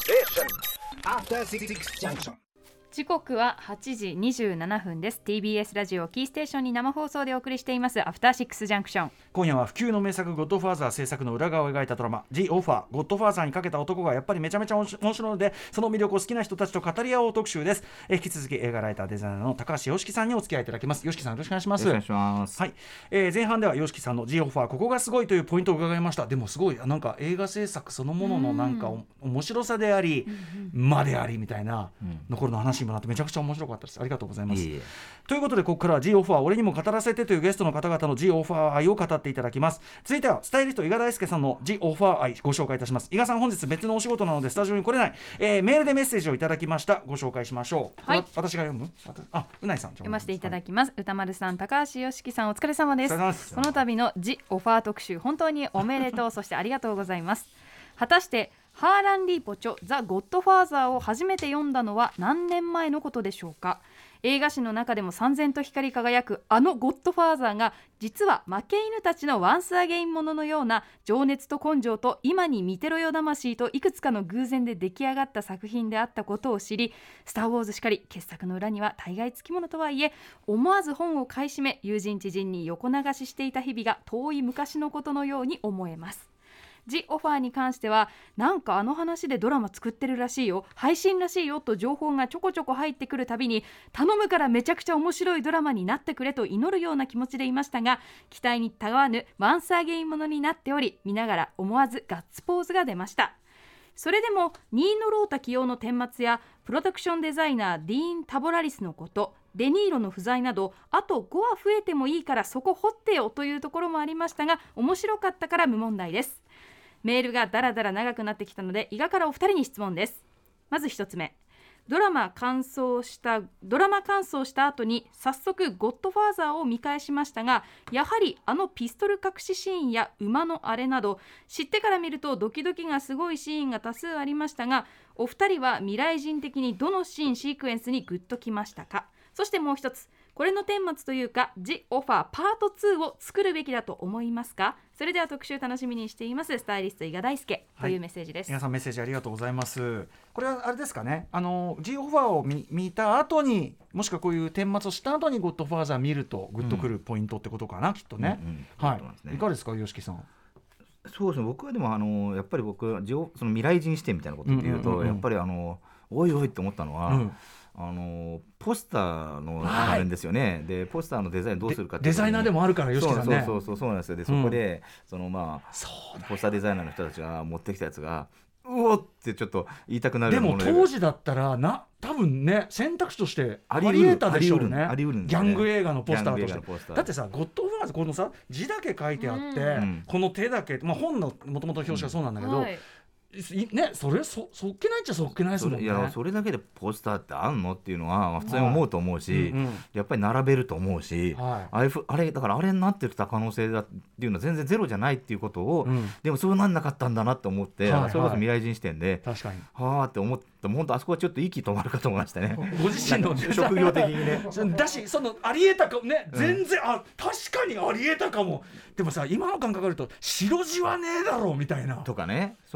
Speaker 3: 時刻ははちじにじゅうななふんです。 ティービーエス ラジオキーステーションに生放送でお送りしていますアフターシックスジャンクション。
Speaker 2: 今夜は不朽の名作ゴッドファーザー制作の裏側を描いたドラマ The Offer ゴッドファーザーにかけた男がやっぱりめちゃめちゃ面白いので、その魅力を好きな人たちと語り合おう特集です。え引き続き映画ライターデザイナーの高橋良樹さんにお付き合いいただきます。良樹さんよろしくお願いします。
Speaker 4: よろしくお願いします。
Speaker 2: はい、えー、前半では良樹さんの The Offer ここがすごいというポイントを伺いました。でもすごいなんか映画制作そのもののなんか面白さであり、うん、間でありみたいな残りの話にもなってめちゃくちゃ面白かったです。ありがとうございます。いいということでここからは G オファー俺にも語らせてというゲストの方々の G オファー愛を語っていただきます。続いてはスタイリスト伊賀大輔さんの G オファー愛ご紹介いたします。伊賀さん本日別のお仕事なのでスタジオに来れない、えー、メールでメッセージをいただきました。ご紹介しましょう。はい、私が読むあうないさん
Speaker 3: 読ませていただきます。はい、歌丸さん高橋良樹さんお疲れ様です。
Speaker 2: お疲れ様です。
Speaker 3: この度の G オファー特集本当におめでとうそしてありがとうございます。果たしてハーラン・リーポ著ザ・ゴッドファーザーを初めて読んだのは何年前のことでしょうか。映画史の中でも燦然と光り輝くあのゴッドファーザーが実は負け犬たちのワンスアゲインもののような情熱と根性と今に見てろよ魂といくつかの偶然で出来上がった作品であったことを知り、スターウォーズしかり傑作の裏には大概つきものとはいえ思わず本を買い占め友人知人に横流ししていた日々が遠い昔のことのように思えます。ジ・オファーに関してはなんかあの話でドラマ作ってるらしいよ配信らしいよと情報がちょこちょこ入ってくるたびに頼むからめちゃくちゃ面白いドラマになってくれと祈るような気持ちでいましたが、期待にたがわぬワンスアゲインものになっており見ながら思わずガッツポーズが出ました。それでもニーノ・ロータ起用の顛末やプロダクションデザイナーディーン・タボラリスのこと、デニーロの不在などあとごわ増えてもいいからそこ掘ってよというところもありましたが面白かったから無問題です。メールがだらだら長くなってきたので伊賀からお二人に質問です。まず一つ目、ドラマ完走したドラマ完走した後に早速ゴッドファーザーを見返しましたが、やはりあのピストル隠しシーンや馬のあれなど知ってから見るとドキドキがすごいシーンが多数ありましたが、お二人は未来人的にどのシーンシークエンスにグッときましたか。そしてもう一つ、これの顛末というか The Offer パートツーを作るべきだと思いますか。それでは特集楽しみにしていますスタイリスト伊賀大輔というメッセージです。
Speaker 2: 皆さんメッセージありがとうございます。これはあれですかね、あの G オファーを 見, 見た後にもしくはこういう顛末をした後にゴッドファーザー見るとグッとくるポイントってことかな、うん、きっとね、うんうんはい、いかがですかYOSHIKIさん。
Speaker 4: そうですね、僕はでもあのやっぱり僕はその未来人視点みたいなことっていうと、うんうんうんうん、やっぱりあのおいおいって思ったのは、うんあのポスターのあれですよね、はい、でポスターのデザインどうするかっていう、
Speaker 2: デザイナーでもあるからYOSHIKIさんね。
Speaker 4: そうそうそうそうなんですよ。でそこで、うん、そのまあポスターデザイナーの人たちが持ってきたやつがうおってちょっと言いたくなる
Speaker 2: ようなもので、でも当時だったらな多分ね選択肢としてありえたでしょうね。
Speaker 4: ありうるん
Speaker 2: ギャング映画のポスターとしてだってさゴッドファーザーこのさ字だけ書いてあって、うん、この手だけ、まあ、本のもともと表紙はそうなんだけど、うんはいね、それ そ, そっけないっちゃそっけないですもんね。
Speaker 4: いやそれだけでポスターってあんのっていうのは普通に思うと思うし、はいうんうん、やっぱり並べると思うし、はい、あ, れあれだからあれになってた可能性だっていうのは全然ゼロじゃないっていうことを、うん、でもそうなんなかったんだなって思って、はいはい、それこそ未来人視点で
Speaker 2: 確かに
Speaker 4: はあって思って本当あそこはちょっと息止まるかと思いましたね
Speaker 2: ご自身の
Speaker 4: 職業的にね
Speaker 2: だしそのありえたかね全然、うん、あ確かにありえたかも。でもさ今の感覚あると白地はねえだろうみたいな
Speaker 4: とかね。
Speaker 2: そうなんですよ。ありま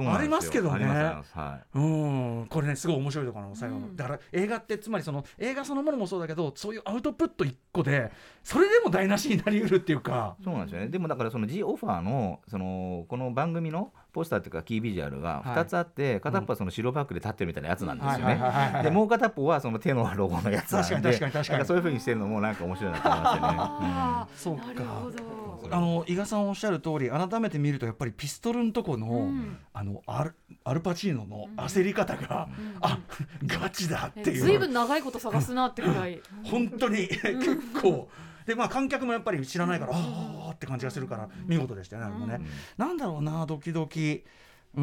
Speaker 2: ますけどね。
Speaker 4: はい、
Speaker 2: うん、これねすごい面白いところの最後の、うん、だから映画ってつまりその映画そのものもそうだけど、そういうアウトプットいっこでそれでも台無しになりうるっていうか。
Speaker 4: そうなんですよね。でもだからその G オファーのそのこの番組のポスターっていうかキービジュアルがふたつあって、はい、片っぽはその白バックで立ってるみたいなやつなんですよね。でもう片っぽはその手のロゴのやつなんで、
Speaker 2: 確かに確かに確かに
Speaker 4: そういう風にしてるのもなんか面白いなと思いますよね。
Speaker 2: うん、そうか。あの伊賀さんおっしゃる通り、改めて見るとやっぱりピストルのとこの、うん、あのアル、アルパチーノの焦り方が、うん、あ、ガチだっていう。
Speaker 3: ずいぶん長いこと探すなってくらい。
Speaker 2: 本当に結構。でまあ、観客もやっぱり知らないから、うん、あーって感じがするから見事でしたよね、うん、ね、なんだろうな、ドキドキ、うー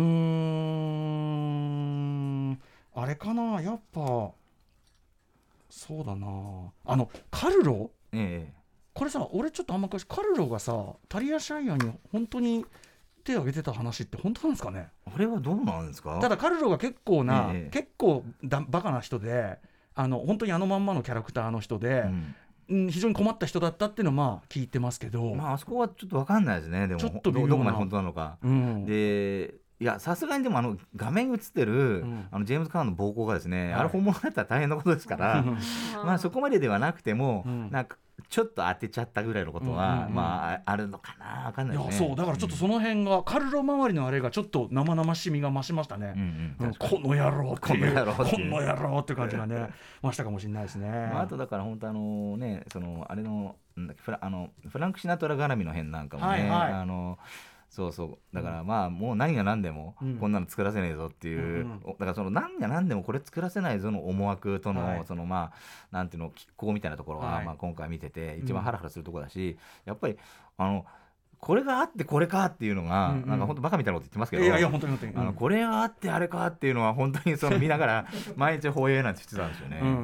Speaker 2: ん、あれかな、やっぱそうだな、あのカルロ、ええ、これさ、俺ちょっとあんま詳しい、カルロがさタリア・シャイアンに本当に手を挙げてた話って本当なんですかね。
Speaker 4: あれはどうなんですか。
Speaker 2: ただカルロが結構な、ええ、結構だバカな人で、あの本当にあのまんまのキャラクターの人で、うん、非常に困った人だったっていうのはまあ聞いてますけど、
Speaker 4: まあ、あそこはちょっと分かんないですね。でもちょっとどこまで本当なのか、うん、でいやさすがにでもあの画面に映ってる、うん、あのジェームズ・カーンの暴行がですね、はい、あれ本物だったら大変なことですからまあそこまでではなくても、うん、なんかちょっと当てちゃったぐらいのことは、うんうんうん、まああるのかな、分かんないですね。
Speaker 2: いやそうだからちょっとその辺が、うん、カルロ周りのあれがちょっと生々しみが増しましたね、うんうん、この野郎っていうこの野郎っていうこの野郎っていう感じがね増したかもしれないですね。
Speaker 4: まあ、あとだから本当あのね、そのあれのフ ラ, あのフランク・シナトラ絡みの辺なんかもね、はいはい、あのそうそうだからまあもう何が何でもこんなの作らせねえぞっていう、うん、だからその何が何でもこれ作らせないぞの思惑との、はい、そのまあなんていうの拮抗みたいなところが、はい、まあ今回見てて一番ハラハラするところだし、うん、やっぱりあのこれがあってこれかっていうのが、うんうん、なんか本当バカみたいなこと言ってますけど、
Speaker 2: いやいや本当に本当に、
Speaker 4: あのこれがあってあれかっていうのは本当にその見ながら毎日放映なんて言ってたんですよね。うんうんうん、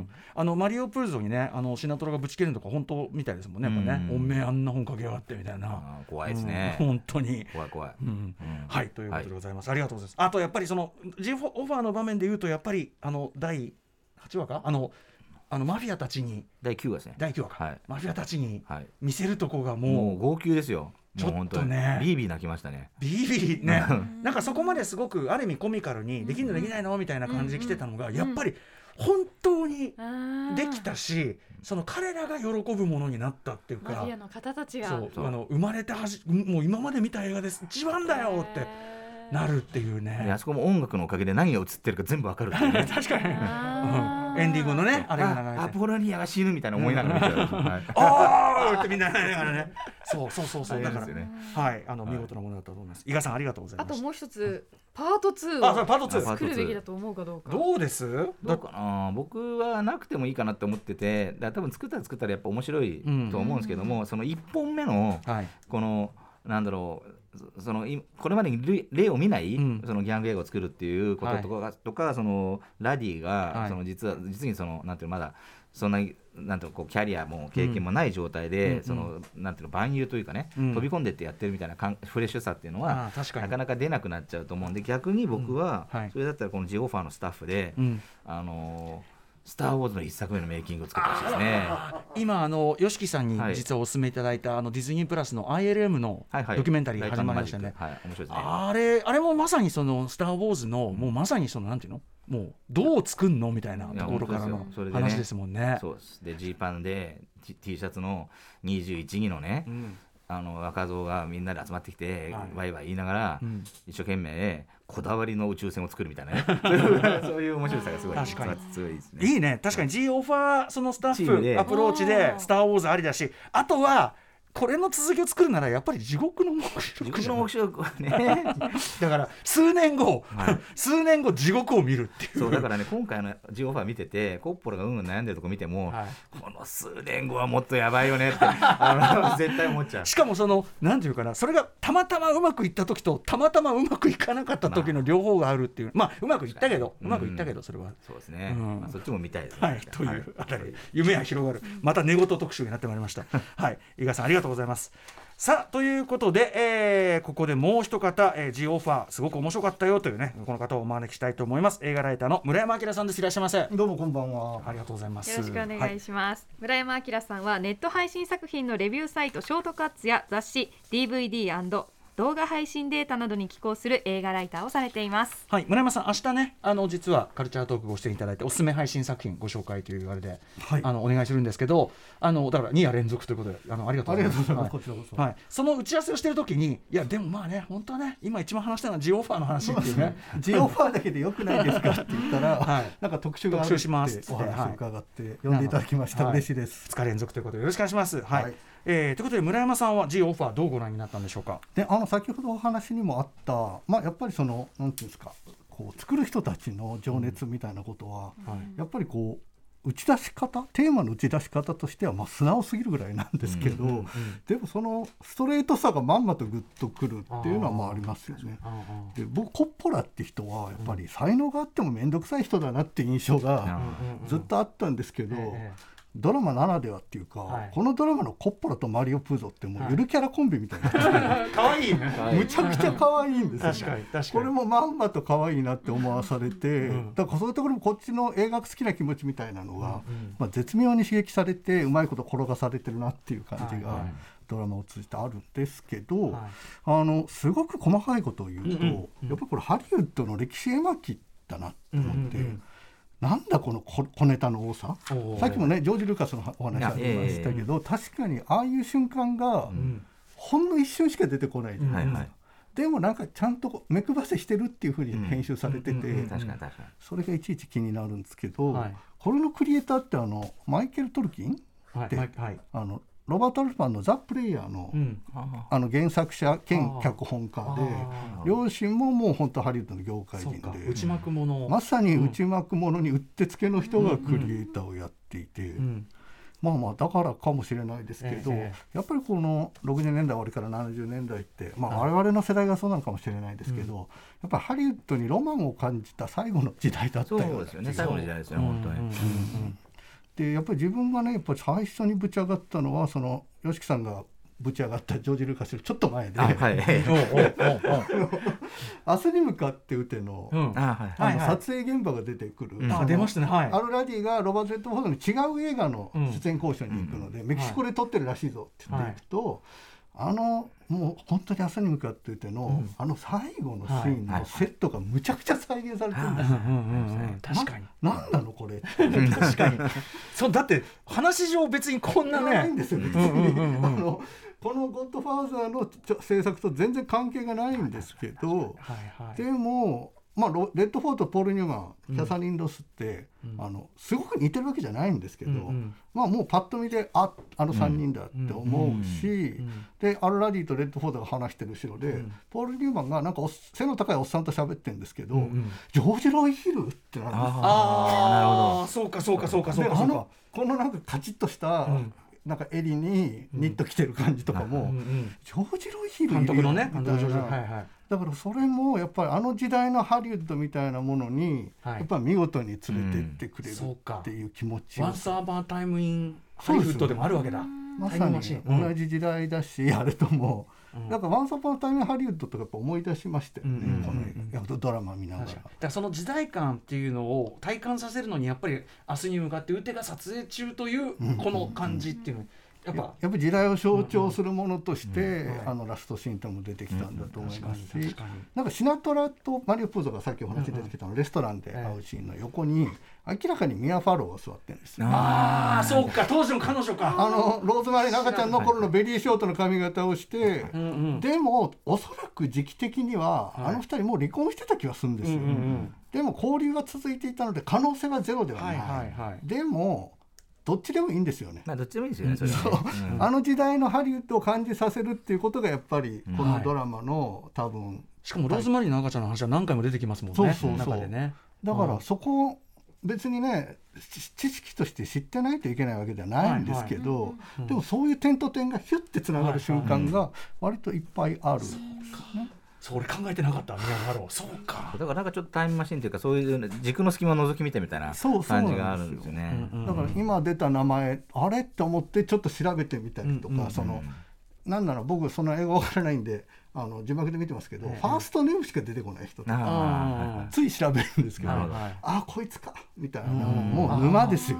Speaker 2: あのマリオプーゾにね、あのシナトラがぶち切れるとか本当みたいですもんね、やっぱね、うん、おめえあんな本書きやがってみたいな、
Speaker 4: 怖いですね、
Speaker 2: うん、本当に
Speaker 4: 怖い怖い、
Speaker 2: うんうん、はいということでございます、はい、ありがとうございます。あとやっぱりその G オファーの場面でいうとやっぱりあのだいはちわかあのあのマフィアたちに
Speaker 4: だいきゅうわですね、
Speaker 2: だいきゅうわか、はい、マフィアたちに見せるとこがもう、
Speaker 4: もう号泣ですよ。
Speaker 2: ちょっとね
Speaker 4: ビービー泣きましたね。
Speaker 2: ビービーねなんかそこまですごくある意味コミカルにできるのできないのみたいな感じで来てたのが、やっぱり本当にできたし、その彼らが喜ぶものになったっていうか、
Speaker 3: マフィアの方たちが
Speaker 2: そうそうあの生まれてはじもう今まで見た映画です一番だよってなるっていうね。
Speaker 4: あそこも音楽のおかげで何が映ってるか全部わかるっていうね
Speaker 2: 確かに、うん、エンディングのねあれが流れて
Speaker 4: アポロニアが死ぬみたいな思いながら見てる、はい、
Speaker 2: あーってみんなながらねそうそうそうそうだから、
Speaker 4: ね、
Speaker 2: はいあの見事なものだったと思います。伊賀さんありがとうございます。
Speaker 3: あともう一つパートツーを
Speaker 2: あそれパートツー
Speaker 3: 作るべきだと思うかどうか。
Speaker 2: どうです
Speaker 4: どうかな。僕はなくてもいいかなって思ってて、だから多分作ったら作ったらやっぱ面白いと思うんですけども、うん、そのいっぽんめの、はい、このなんだろうそのこれまでに例を見ない、うん、そのギャング映画を作るっていうこととか、はい、とかそのラディが、はい、その実は実にそのなんていうのまだそんななんていうのこうキャリアも経験もない状態で、うん、そのなんていうの万有というかね、うん、飛び込んでってやってるみたいなフレッシュさっていうのはなかなか出なくなっちゃうと思うんで、逆に僕は、うんはい、それだったらこの G オファーのスタッフで、うん、あのースター・ウォーズの一作目のメイキングを作ってほしいですね。
Speaker 2: 今あの ヨシキさんに実はお勧めいただいた、はい、あのディズニープラスの アイエルエム のドキュメンタリー始まりましたね。
Speaker 4: はいはい、面白いですね。
Speaker 2: あれあれもまさにそのスター・ウォーズの、うん、もうまさにそのなんていうのもうどう作んのみたいなところからの話ですもんね。
Speaker 4: そうです。でジーパンで T, T シャツのにじゅういちぎのね、うん、あの若造がみんなで集まってきて、はい、ワイワイ言いながら、うん、一生懸命こだわりの宇宙船を作るみたいなねそういう面白さがすごい
Speaker 2: 確かに
Speaker 4: 強いですね。
Speaker 2: いいね。確かに G オファーそのスタッフアプローチでスター・ウォーズありだし、あとはこれの続きを作るならやっぱり地獄の黙示録
Speaker 4: 地獄の黙示録ね
Speaker 2: だから数年後、はい、数年後地獄を見るっていう。
Speaker 4: そうだからね今回の G オファー見ててコッポラがうんうん悩んでるとこ見ても、はい、この数年後はもっとやばいよねってあの絶対思っちゃう。
Speaker 2: しかもそのなんていうかな、それがたまたまうまくいった時とたまたまうまくいかなかった時の両方があるっていう、まあ、まあ、うまくいったけど、うん、うまくいったけどそれは
Speaker 4: そうですね、うんまあ、そっちも見たいです
Speaker 2: ね、はい、というあたり、はい、夢は広がるまた寝言特集になってまいりましたはい伊賀さんありがとうございます。さあということで、えー、ここでもう一方、えー、G オファーすごく面白かったよというねこの方をお招きしたいと思います。映画ライターの村山明さんです。いらっしゃいませ。
Speaker 5: どうもこんばんは。
Speaker 2: ありがとうございます。
Speaker 3: よろしくお願いします、はい、村山明さんはネット配信作品のレビューサイトショートカッツや雑誌 ディーブイディー&
Speaker 5: 動画配信データなどに寄稿する映画ライターをされています。
Speaker 2: はい、村山さん、明日ね、あの実はカルチャートークご出演いただいておすすめ配信作品ご紹介というあれで、はい、あのお願いするんですけど、あのだからに夜連続ということで、あのありがとうございます。はい、こちらこそ、はい、その打ち合わせをしているときに、いやでもまあね、本当はね、今一番話したのはジオファーの話っていうね、
Speaker 6: ジオファーだけでよくないですかって言ったら、はい、なんか特集があるってお話を伺って呼んでいただきました。はい、嬉しいです。
Speaker 2: ふつか連続ということでよろしくお願いします。はい、はい、えー、ということで村山さんは G オファーどうご覧になったんでしょうか。
Speaker 6: で、あの先ほどお話にもあった、まあ、やっぱりそのなんていうんですか、こう作る人たちの情熱みたいなことは、うん、やっぱりこう打ち出し方、テーマの打ち出し方としてはまあ素直すぎるぐらいなんですけど、うんうんうん、でもそのストレートさがまんまとグッとくるっていうのはまあありますよね。で、僕コッポラって人はやっぱり才能があっても面倒くさい人だなって印象がずっとあったんですけど、ドラマならではっていうか、はい、このドラマのコッポラとマリオ・プーゾってもうゆるキャラコンビみたいな、
Speaker 2: はい、かわいいね、
Speaker 6: むちゃくちゃかわいいんですよ、ね、
Speaker 2: 確かに確かに
Speaker 6: これもまんまとかわいいなって思わされて、うん、だからそういうところもこっちの映画好きな気持ちみたいなのが、うんうん、まあ、絶妙に刺激されてうまいこと転がされてるなっていう感じが、はいはい、ドラマを通じてあるんですけど、はい、あのすごく細かいことを言うと、うんうんうん、やっぱりこれハリウッドの歴史絵巻だなと思って、うんうんうん、なんだこの小ネタの多さ、さっきもねジョージ・ルカスのお話ありましたけど、確かにああいう瞬間がほんの一瞬しか出てこないじゃないですか、うん、でもなんかちゃんと目配せしてるっていう風に編集されてて、それがいちいち気になるんですけど、はい、これのクリエイターってあのマイケル・トルキンって、はいはい、あのロバート・アルフマンのザ・プレイヤー の,、うん、あの原作者兼脚本家で、両親ももう本当ハリウッドの業界人で、
Speaker 2: 内幕者、
Speaker 6: まさに内幕者にうってつけの人がクリエイターをやっていて、うんうん、まあまあだからかもしれないですけど、ええ、やっぱりこのろくじゅうねんだい終わりからななじゅうねんだいって、まあ、我々の世代がそうなのかもしれないですけど、うん、やっぱりハリウッドにロマンを感じた最後の時代だったような。
Speaker 4: そうですよね、最後の時代ですよね、本当に。うんうんうん、
Speaker 6: でやっぱり自分がねやっぱり最初にぶち上がったのはその吉木さんがぶち上がったジョージ・ルカスよりちょっと前で、はい、明日に向かって撃て の,、うん、ああの撮影現場が出てくる、うん、
Speaker 2: あ出ましたね、はい、
Speaker 6: アル・ラディがロバート・レッドフォードに違う映画の出演交渉に行くので、うん、メキシコで撮ってるらしいぞって言っていくと、はい、あのもう本当に明日に向かって撃て の、うん、あの最後のシーンのセットがむちゃくちゃ再現されてるんですよ、
Speaker 2: 確かに
Speaker 6: な, なんなのこれ
Speaker 2: 確かにそうだって話上別にこんなね
Speaker 6: ないんですよ、別にあのこのゴッドファーザーの制作と全然関係がないんですけど、はいはい、でも、まあ、レッドフォード、ポール・ニューマン、うん、キャサリン・ロスって、うん、あのすごく似てるわけじゃないんですけど、うんうん、まあ、もうパッと見で あ, あのさんにんだって思うし、うんうんうん、でアル・ラディとレッドフォードが話してる後ろで、うん、ポール・ニューマンがなんか背の高いおっさんと喋ってるんですけど、うんうん、ジョージ・ロイ・ヒルってなるんですよ。
Speaker 2: ああ、そうかそうかそうかそうかそうか、
Speaker 6: このなんかカチッとした、うん、なんか襟にニット着てる感じとかも、うんうん、ジョージ・ロイ・ヒル
Speaker 2: 監督のね、監督の、
Speaker 6: はいはい、だからそれもやっぱりあの時代のハリウッドみたいなものに、はい、やっぱり見事に連れてってくれるっていう気持ち、
Speaker 2: ワンサーバータイムインハリウッドでもあるわけだ。
Speaker 6: まさに同じ時代だし、うん、あれともだからワンサーバータイムインハリウッドとかやっぱ思い出しましたよね、うんうんうん、このやっぱドラマ見ながら。だ
Speaker 2: からその時代感っていうのを体感させるのにやっぱり明日に向かって撃てが撮影中というこの感じっていうの、うんうんうん、やっぱ
Speaker 6: やっぱ時代を象徴するものとして、うんうん、あのラストシーンとも出てきたんだと思いますし、うんうん、なんかシナトラとマリオ・プーゾがさっきお話出てきたの、うんうん、レストランで会うシーンの横に明らかにミア・ファローが座ってるんですよ。
Speaker 2: ああ、そうか、当時の彼女か。
Speaker 6: あのローズマリー赤ちゃんの頃のベリーショートの髪型をして、うんうん、でもおそらく時期的には、はい、あの二人もう離婚してた気がするんですよ、うんうんうん、でも交流が続いていたので可能性はゼロではない、はいはいはい、でもどっちでもいいんですよね。
Speaker 4: まあ、どっちでもいいですよね、それはね、
Speaker 6: うん、あの時代のハリウッドを感じさせるっていうことがやっぱりこのドラマの多分、はい、
Speaker 2: しかもローズマリーの赤ちゃんの話は何回も出てきますもんね。
Speaker 6: そうそうそう、
Speaker 2: 中でね、
Speaker 6: だからそこ別にね知識として知ってないといけないわけではないんですけど、はいはい、でもそういう点と点がヒュッてつながる瞬間が割といっぱいあるんですよね。
Speaker 2: それ考えてなかった。ミア・ファロー、そうか。
Speaker 4: だからなんかちょっとタイムマシンというかそういう軸の隙間を覗き見てみたいな感じがあるんですよね。
Speaker 6: だから今出た名前あれって思ってちょっと調べてみたりとか、うんうん、そのなんなら僕その英語わからないんであの字幕で見てますけど、うん、ファーストネームしか出てこない人とかつい調べるんですけど、ああこいつかみたいな、もう沼ですよ。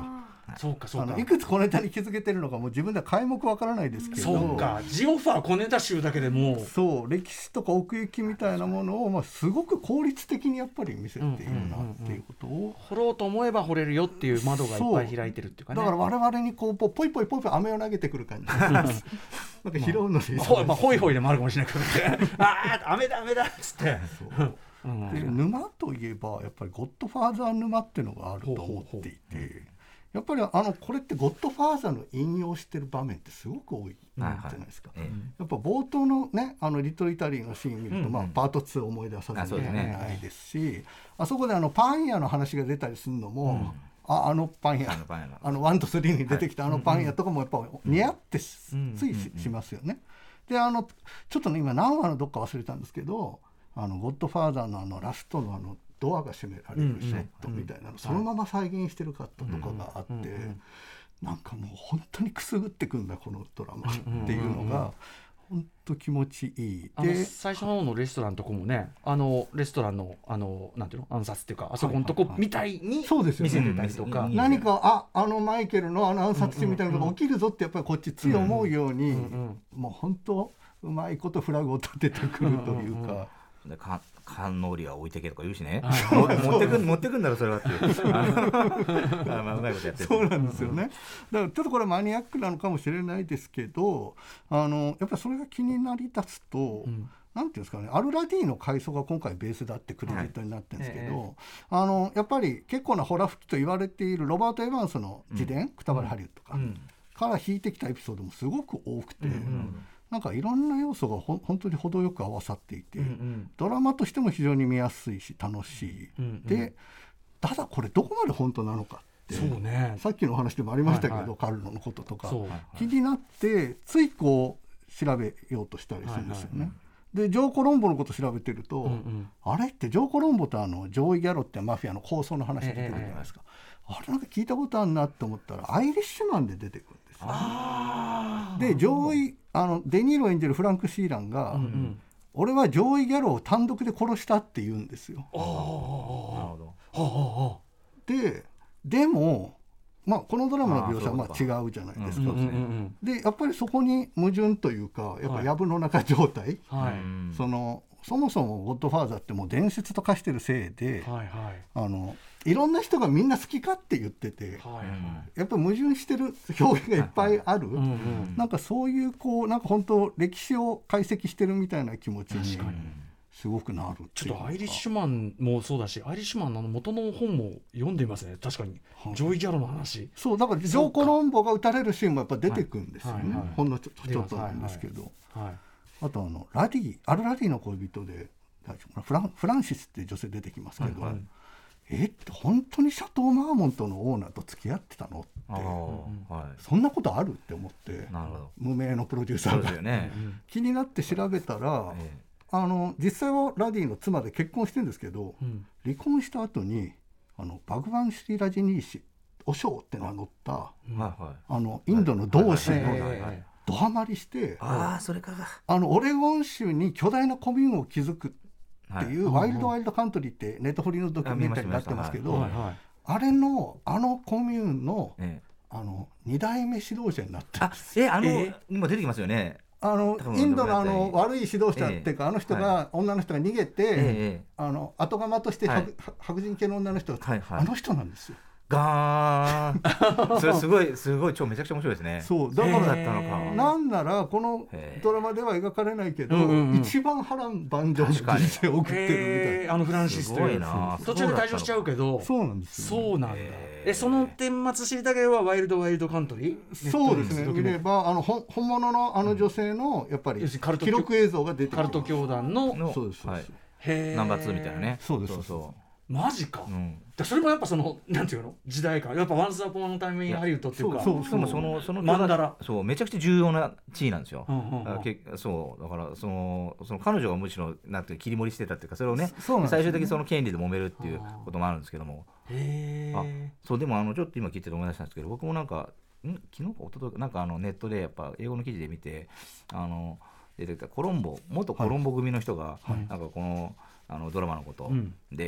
Speaker 2: そうかそうか、
Speaker 6: いくつ小ネタに気づけてるのかもう自分では皆目わからないですけど、
Speaker 2: そうか、ジオファー小ネタ集だけでも
Speaker 6: そう歴史とか奥行きみたいなものを、まあ、すごく効率的にやっぱり見せているなっていうことを、
Speaker 2: 掘ろうと思えば掘れるよっていう窓がいっぱい開いてるっていうかね。
Speaker 6: だから我々にこうポイポイポイポイ飴を投げてくる感じなんか拾うので、
Speaker 2: まあ、まあホイホイでもあるかもしれないけどああ飴だ飴だっつって
Speaker 6: そう、で沼といえばやっぱりゴッドファーザー沼っていうのがあると思っていて、やっぱりあのこれってゴッドファーザーの引用してる場面ってすごく多いじゃないですか、はいはい、やっぱ冒頭のねあのリトルイタリーのシーン見ると、うんうん、まあ、パートツーを思い出させていけないですし、 あ, ですね、あそこであのパン屋の話が出たりするのも、うん、あ, あのパン屋あのワンとスリーに出てきたあのパン屋とかもやっぱ似合ってつい し, しますよね。であのちょっとね今何話のどっか忘れたんですけど、あのゴッドファーザーのあのラストのあのドアが閉められるショットみたいなの、そのまま再現してるカットとかがあって、なんかもう本当にくすぐってくんだこのドラマっていうのが本当気持ちいい。
Speaker 2: あの最初の方のレストランのとこもね、あのレストランのあのなんていうの暗殺っていうかあそこのとこみたいに見せてたりとか、
Speaker 6: 何かああのマイケルのあの暗殺みたいなのが起きるぞってやっぱりこっちつい思うように、もう本当うまいことフラグを立ててくるというか。
Speaker 4: でか観音りは置いてけとか言うしね持ってくん持ってくんだろそれはっていうあまあうまいことやってる。
Speaker 6: そうなんですよね。だからちょっとこれマニアックなのかもしれないですけど、あのやっぱりそれが気になりだすと、うん、なんていうんですかね、アルラディの回想が今回ベースだってクレジットになってるんですけど、はいええ、あのやっぱり結構なホラ吹きと言われているロバート・エヴァンスの自伝、うん、くたばりハリウッドとか、うん、から引いてきたエピソードもすごく多くて、うんうん、なんかいろんな要素がほ本当に程よく合わさっていて、うんうん、ドラマとしても非常に見やすいし楽しい、うんうん、でただこれどこまで本当なのかって、そうね、さっきのお話でもありましたけど、はいはい、カルロのこととか気になってついこう調べようとしたりするんですよね、はいはい、でジョー・コロンボのこと調べてると、うんうん、あれってジョー・コロンボとあのジョーイ・ギャロってマフィアの抗争の話が出てくるじゃないですか、えー、あれなんか聞いたことあるなって思ったらアイリッシュマンで出てくるんですよ、ね、あでジョーイあのデニーロ演じるフランク・シーランが、うんうん、俺はジョーイ・ギャロを単独で殺したって言うんですよ。あなるほど。ででも、まあ、このドラマの描写はまあ違うじゃないですか、うんうんうん、でやっぱりそこに矛盾というかやっぱ藪の中状態、はい、そのそもそもゴッドファーザーってもう伝説と化してるせいで、はいはい、あのいろんな人がみんな好きかって言ってて、はいはい、やっぱり矛盾してる表現がいっぱいある、はいはい、なんかそういうこうなんか本当歴史を解析してるみたいな気持ちにすごくなるっていう。
Speaker 2: ちょっとアイリッシュマンもそうだしアイリッシュマンの元の本も読んでみますね。確かに、はい、ジョイ・ギャロの話
Speaker 6: そうだからジョー・コロンボが撃たれるシーンもやっぱ出てくるんですよね、はいはいはい、ほんのちょっとなんですけど、はいはいはい、あとあのラディアル・ラディの恋人でフラン、フランシスっていう女性出てきますけど、はいはい、えって本当にシャトー・マーモントのオーナーと付き合ってたのって、はい、そんなことあるって思って、なるほど無名のプロデューサーが、ね、気になって調べたら、ええ、あの実際はラディの妻で結婚してるんですけど、うん、離婚した後にあのバグバンシリ・ラジニーシオショーって名乗った、はいはい、あのインドの同志のドハマりして、
Speaker 4: あそれか
Speaker 6: あのオレゴン州に巨大なコミューンを築くっていう、はい、ワイルドワイルドカントリーってネットフリのドキュメンタリーになってますけど、はいはい、あれのあのコミューンの、ええ、あのに代目指導者になってるんです。
Speaker 4: あえあの、えー、今出てきますよね。
Speaker 6: あのインドの、あの悪い指導者っていうか、えー、あの人が、はい、女の人が逃げて、えー、あの後釜として白、はい、白人系の女の人、はいはい、あの人なんですよ。
Speaker 4: ガーンそれすごいすごい超めちゃくちゃ面白いですね。
Speaker 6: そうだからだったのかなんならこのドラマでは描かれないけど、うんうんうん、一番波乱万丈の人生を送ってるみたいな。
Speaker 2: あのフランシスという途中で退場しちゃうけど
Speaker 6: そうなんですよ、ね、
Speaker 2: そうなんだ。えその顛末知りたければワイルドワイルドカントリー
Speaker 6: そうですね見ればあの本物のあの女性のやっぱり記録映像が出てきます。
Speaker 2: カルト教団の
Speaker 6: そうです、はい、
Speaker 4: ナンバーツーみたいなね。
Speaker 6: そうです
Speaker 4: そうそう
Speaker 2: マジか、うん、だそれもやっぱそのなんていうの時代感やっぱワンスアポンのタイムインハリウッドっていうか
Speaker 4: そうそうそうそのその
Speaker 2: マンダラ
Speaker 4: そうめちゃくちゃ重要な地位なんですよ、うんうんうん、けそうだからそのその彼女がむしろなんて切り盛りしてたっていうかそれをね最終的にその権利で揉めるっていうこともあるんですけどもへあそうでもあのちょっと今聞いてて思い出したんですけど僕もなんかん昨日か一昨日なんかあのネットでやっぱ英語の記事で見てあの出てきたコロンボ元コロンボ組の人が、はい、なんかこのあのドラマのことで、うん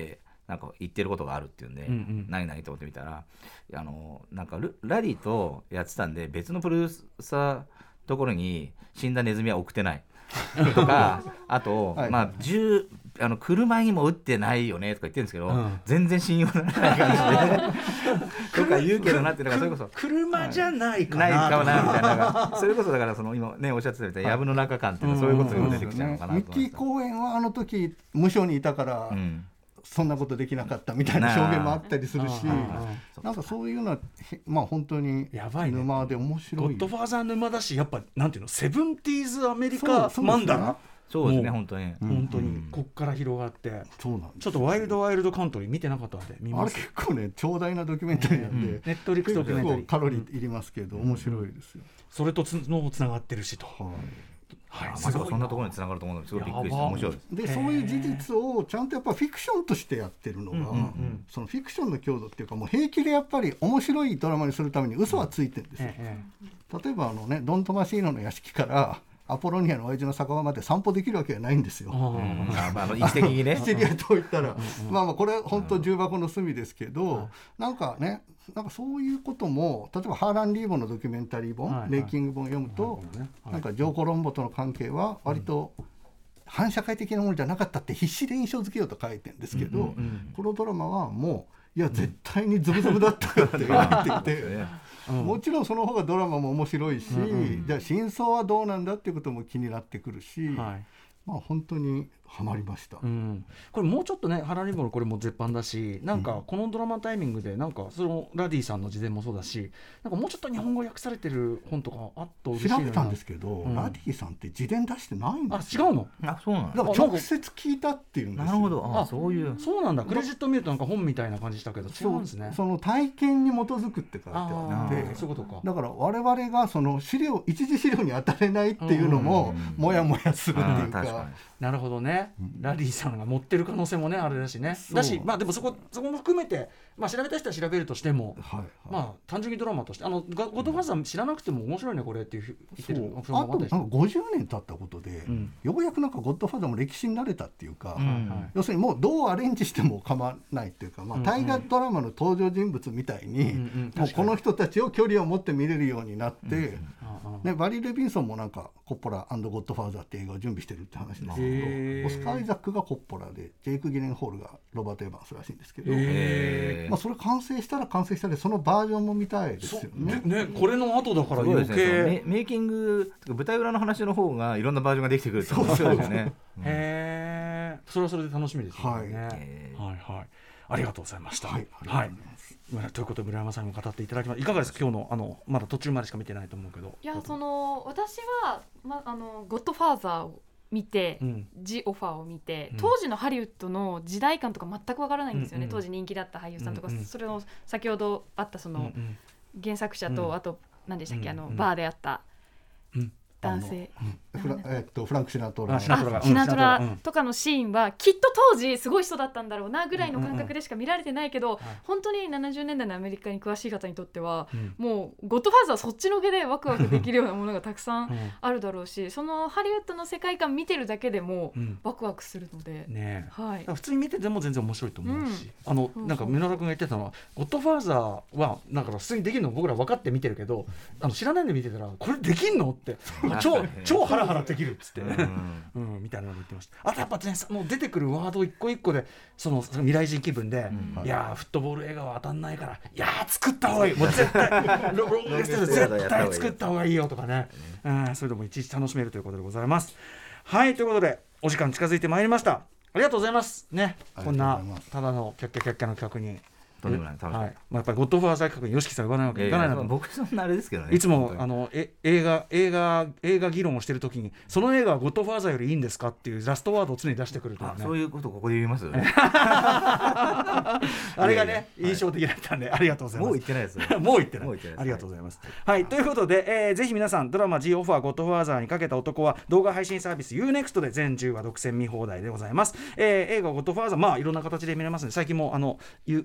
Speaker 4: なんか言ってることがあるっていうんで、
Speaker 2: うんうん、
Speaker 4: 何々と思ってみたら、あのなんかラリーとやってたんで別のプロデューサーところに死んだネズミは送ってないとかあと、はい、まあ銃あの車にも撃ってないよねとか言ってるんですけど、うん、全然信用ならない感じでとか言うけどなっていうのがそれこそ
Speaker 2: 車じゃないかな、
Speaker 4: はい、ないかなみたいなそれこそだからその今ねおっしゃってたみたいに藪の中感っていうのはそういうことが出てきちゃうのかなと思いました。
Speaker 6: ミッキー公園はあの時無所にいたから、うんそんなことできなかったみたいな証言もあったりするし、なんかそういうのはまあ本当に沼で面白い、
Speaker 2: ね、ゴッドファーザー沼だし、やっぱなんていうのセブンティーズアメリカマンダラ、
Speaker 4: そうですね本当に
Speaker 2: 本当にこっから広がって、そうなんです。ちょっとワイルドワイルドカントリー見てなかったので見ます。
Speaker 6: あれ結構ね長大なドキュメンタリーなんで、
Speaker 2: ネットリックスドキュメンタリー
Speaker 6: カロリーいりますけど面白いですよ。
Speaker 2: それとつのつながってるしと、はい
Speaker 4: はい、まさかそんなところにつながると思うのですごいびっくりして面白いです。
Speaker 6: でそういう事実をちゃんとやっぱフィクションとしてやってるのが、うんうんうん、そのフィクションの強度っていうかもう平気でやっぱり面白いドラマにするために嘘はついてるんですよ、うんうん、例えばあのねドン・トマシーノの屋敷からアポロニアの親父の酒場まで散歩できるわけはないんですよ。
Speaker 4: 位置的にね
Speaker 6: シチリアといったらまあまあこれは本当重箱の隅ですけど、なんかねなんかそういうことも例えばハーラン・リーボンのドキュメンタリー本、はいはい、メイキング本を読むと、はいはい、なんかジョー・コロンボとの関係は割と反社会的なものじゃなかったって必死で印象づけようと書いてるんですけど、うんうんうん、このドラマはもういや絶対にズブズブだったよって言われていて、うん、もちろんその方がドラマも面白いし、うんうん、じゃあ真相はどうなんだっていうことも気になってくるし、はい、まあ本当にハマりました、
Speaker 2: うん、これもうちょっとねハラリボのこれも絶版だし、なんかこのドラマタイミングでなんかそのラディさんの自伝もそうだし、なんかもうちょっと日本語訳されてる本とかあっと嬉しいな。
Speaker 6: 調べたんですけど、うん、ラディさんって自伝出してないんですよ。
Speaker 2: あ違うの。
Speaker 4: あそうなん
Speaker 6: だから直接聞いたっていうんですよ。
Speaker 4: なるほど。あそういう
Speaker 2: そうなんだ。クレジット見るとなんか本みたいな感じしたけど違うんですね。
Speaker 6: その体験に基づくって書いてあって、
Speaker 2: そういうことか。
Speaker 6: だから我々がその資料一次資料に当たれないっていうのももやもやするっていうか。
Speaker 2: なるほどね、うん、ラディさんが持ってる可能性もねあれだしね、だしまあでもそこそこも含めて、まあ、調べた人は調べるとしても、はいはい、まあ単純にドラマとしてあのゴッドファーザー知らなくても面白いねこれっていう言ってる。
Speaker 6: あとなんかごじゅうねん経ったことで、うん、ようやくなんかゴッドファーザーも歴史になれたっていうか、うん、要するにもうどうアレンジしても構わないっていうか、まあ、大河ドラマの登場人物みたいに、うんうん、もうこの人たちを距離を持って見れるようになって、うんうんね、バリー・レビンソンもなんかコッポラ&ゴッドファーザーって映画を準備してるって話ですけど、オスカー・アイザックがコッポラでジェイク・ギレンホールがロバート・エヴァンスらしいんですけど、まあ、それ完成したら完成したでそのバージョンも見たいですよ ね, ね
Speaker 2: これの後だから余計、
Speaker 4: ね、メイキング舞台裏の話の方がいろんなバージョンができてくるってことですよね。
Speaker 2: へーそれはそれで楽しみですよね、はい、はいはいありがとうございました。はい、はい、ということで村山さんにも語っていただきました。いかがですか今日のあのまだ途中までしか見てないと思うけど。
Speaker 3: いやその私は、ま、あのゴッドファーザーを見て、うん、ジ・オファーを見て、うん、当時のハリウッドの時代感とか全くわからないんですよね、うんうん、当時人気だった俳優さんとか、うんうん、それの先ほどあったその、うんうん、原作者と、うん、あと何でしたっけ、うんうん、あのバーであった、うん男性
Speaker 6: フラ、えー、っとフランク・シナトラ
Speaker 3: シナトラシナトラとかのシーンはきっと当時すごい人だったんだろうなぐらいの感覚でしか見られてないけど、うんうんうん、本当にななじゅうねんだいのアメリカに詳しい方にとっては、うん、もうゴッドファーザーそっちのけでワクワクできるようなものがたくさんあるだろうし、そのハリウッドの世界観見てるだけでもワクワクするので、うんねはい、
Speaker 2: 普通に見てても全然面白いと思うし、うん、あのなんか村田君が言ってたのはゴッドファーザーはなんか普通にできるの僕ら分かって見てるけど、あの知らないで見てたらこれできんのって超超ハラハラできるっつって、うんうん、みたいなのを言ってました。あとやっぱねもう出てくるワード一個一個でその未来人気分で、うん、いやフットボール映画は当たんないからいや作った方がいいもう絶対ロングステージ絶対作った方がいいよとかね、うん、それでもいちいち楽しめるということでございます。はいということでお時間近づいてまいりました。ありがとうございますね。こんなただのキャッキャキャッキャの企画に
Speaker 4: とんでもない楽しみ、
Speaker 2: はいまあ、やっぱりゴッドファーザー企画にヨシキさん呼ばないわけにいかないなと、
Speaker 4: えー、僕そんなあれですけどね
Speaker 2: いつもあのえ映画映画映画議論をしているときにその映画はゴッドファーザーよりいいんですかっていうラストワードを常に出してくるという、ね、
Speaker 4: あそういうことここで言います
Speaker 2: あれがね印象的だったんでありがとうございます。
Speaker 4: もう言ってないです
Speaker 2: もう言ってないありがとうございます、はいはい、ということで、えー、ぜひ皆さんドラマ G オファーゴッドファーザーにかけた男は動画配信サービス ユーネクスト で全じゅうわ独占見放題でございます、えー、映画ゴッドファーザーまあいろんな形で見れますので最近もあのあの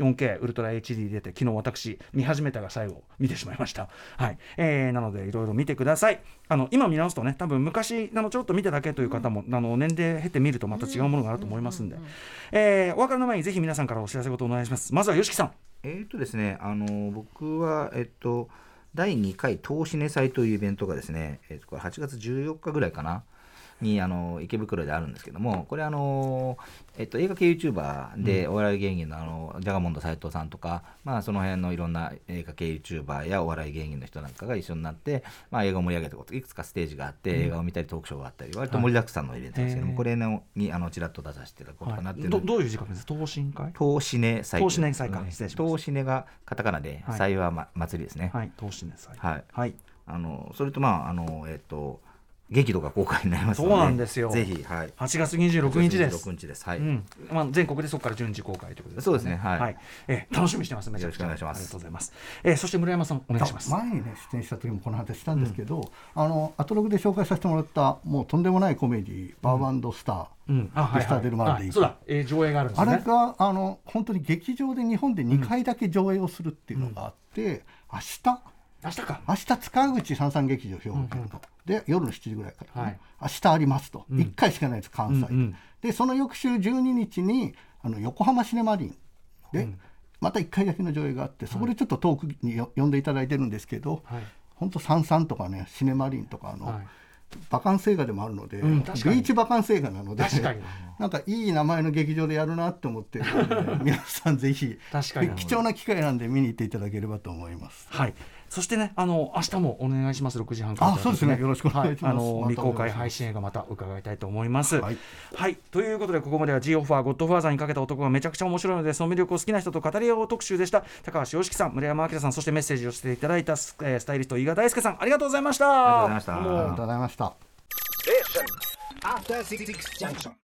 Speaker 2: よんケー ウルトラ エイチディー 出て昨日私見始めたが最後見てしまいました。はい、えー、なのでいろいろ見てください。あの今見直すとね多分昔あのちょっと見ただけという方も、うん、あの年齢経って見るとまた違うものがあると思いますんで、えー、お別れの前にぜひ皆さんからお知らせ事お願いします。まずは YOSHIKI さん。
Speaker 4: えーとですねあの僕はえっとだいにかい投資ネ祭というイベントがですね、えー、とこれはちがつじゅうよっかぐらいかなにあの池袋であるんですけども、これあの、えっと、映画系 YouTuber でお笑い芸人のあのジャガモンド斉藤さんとか、まあ、その辺のいろんな映画系 YouTuber やお笑い芸人の人なんかが一緒になって、まあ、映画を盛り上げていくこといくつかステージがあって、うん、映画を見たりトークショーがあったり割と盛りだくさんのイベントですけども、はい、これのにあのちらっと出させていただくことかなっていうの、
Speaker 2: はい、ど, どういう時間ですか。東進会
Speaker 4: 投資ネ祭
Speaker 2: 投資ネ祭か、失礼します。
Speaker 4: 投資ネがカタカナで、はい、祭は、ま、祭りですね。
Speaker 2: はい、投資ネ祭、
Speaker 4: はい
Speaker 2: はい、
Speaker 4: あのそれとまああのえっ、と劇とか公開になりますので、
Speaker 2: そうなんですよ。
Speaker 4: ぜひ、はい、
Speaker 2: はちがつにじゅうろくにちです。
Speaker 4: はちがつにじゅうろくにちです。はい。
Speaker 2: うん、まあ、全国でそこから順次公開ということです、ね。
Speaker 4: そうですね。はい。はい、
Speaker 2: えー、楽しみにしてます。めちゃくちゃ
Speaker 4: よろしくお願いします。
Speaker 2: ありがとうございます。えー、そして村山さんお願いします。
Speaker 6: 前にね出演した時もこの話したんですけど、うん、あのアトログで紹介させてもらったもうとんでもないコメディ、うん、バーバンドスター。うん、あ、はいはい、スターデルマルでいい。
Speaker 2: そうだ、えー、上映があるんですね。
Speaker 6: あれがあの本当に劇場で日本でにかいだけ上映をするっていうのがあって、うん、明日。
Speaker 2: 明日か
Speaker 6: 明日塚口三三劇場兵庫県の、うんうん、で夜のしちじぐらいから、ね、はい、明日ありますと、うん、いっかいしかないです関西で、うんうん、でその翌週じゅうににちにあの横浜シネマリンで、うん、またいっかいだけの上映があってそこでちょっとトークに呼んでいただいてるんですけど、はい、ほんと三三とかねシネマリンとかの、はい、バカンス映画でもあるので、うん、ビーチバカンス映画なので確かになんかいい名前の劇場でやるなって思ってるので皆さんぜひ確かに貴重な機会なんで見に行っていただければと思います。
Speaker 2: はい、そしてねあの明日もお願いします。ろくじはんから、ね、
Speaker 6: あそうですねよろしくお願いします、
Speaker 2: はい、あの未公開配信映画また伺いたいと思います。はい、はい、ということでここまでは G オファーゴッドファーザーにかけた男がめちゃくちゃ面白いのでその魅力を好きな人と語り合おう特集でした。高橋良樹さん、村山明さん、そしてメッセージをしていただいたス、えー、スタイリスト伊賀大輔さんありがとうございました。
Speaker 4: ありがとうございました。
Speaker 6: ありがとうございました。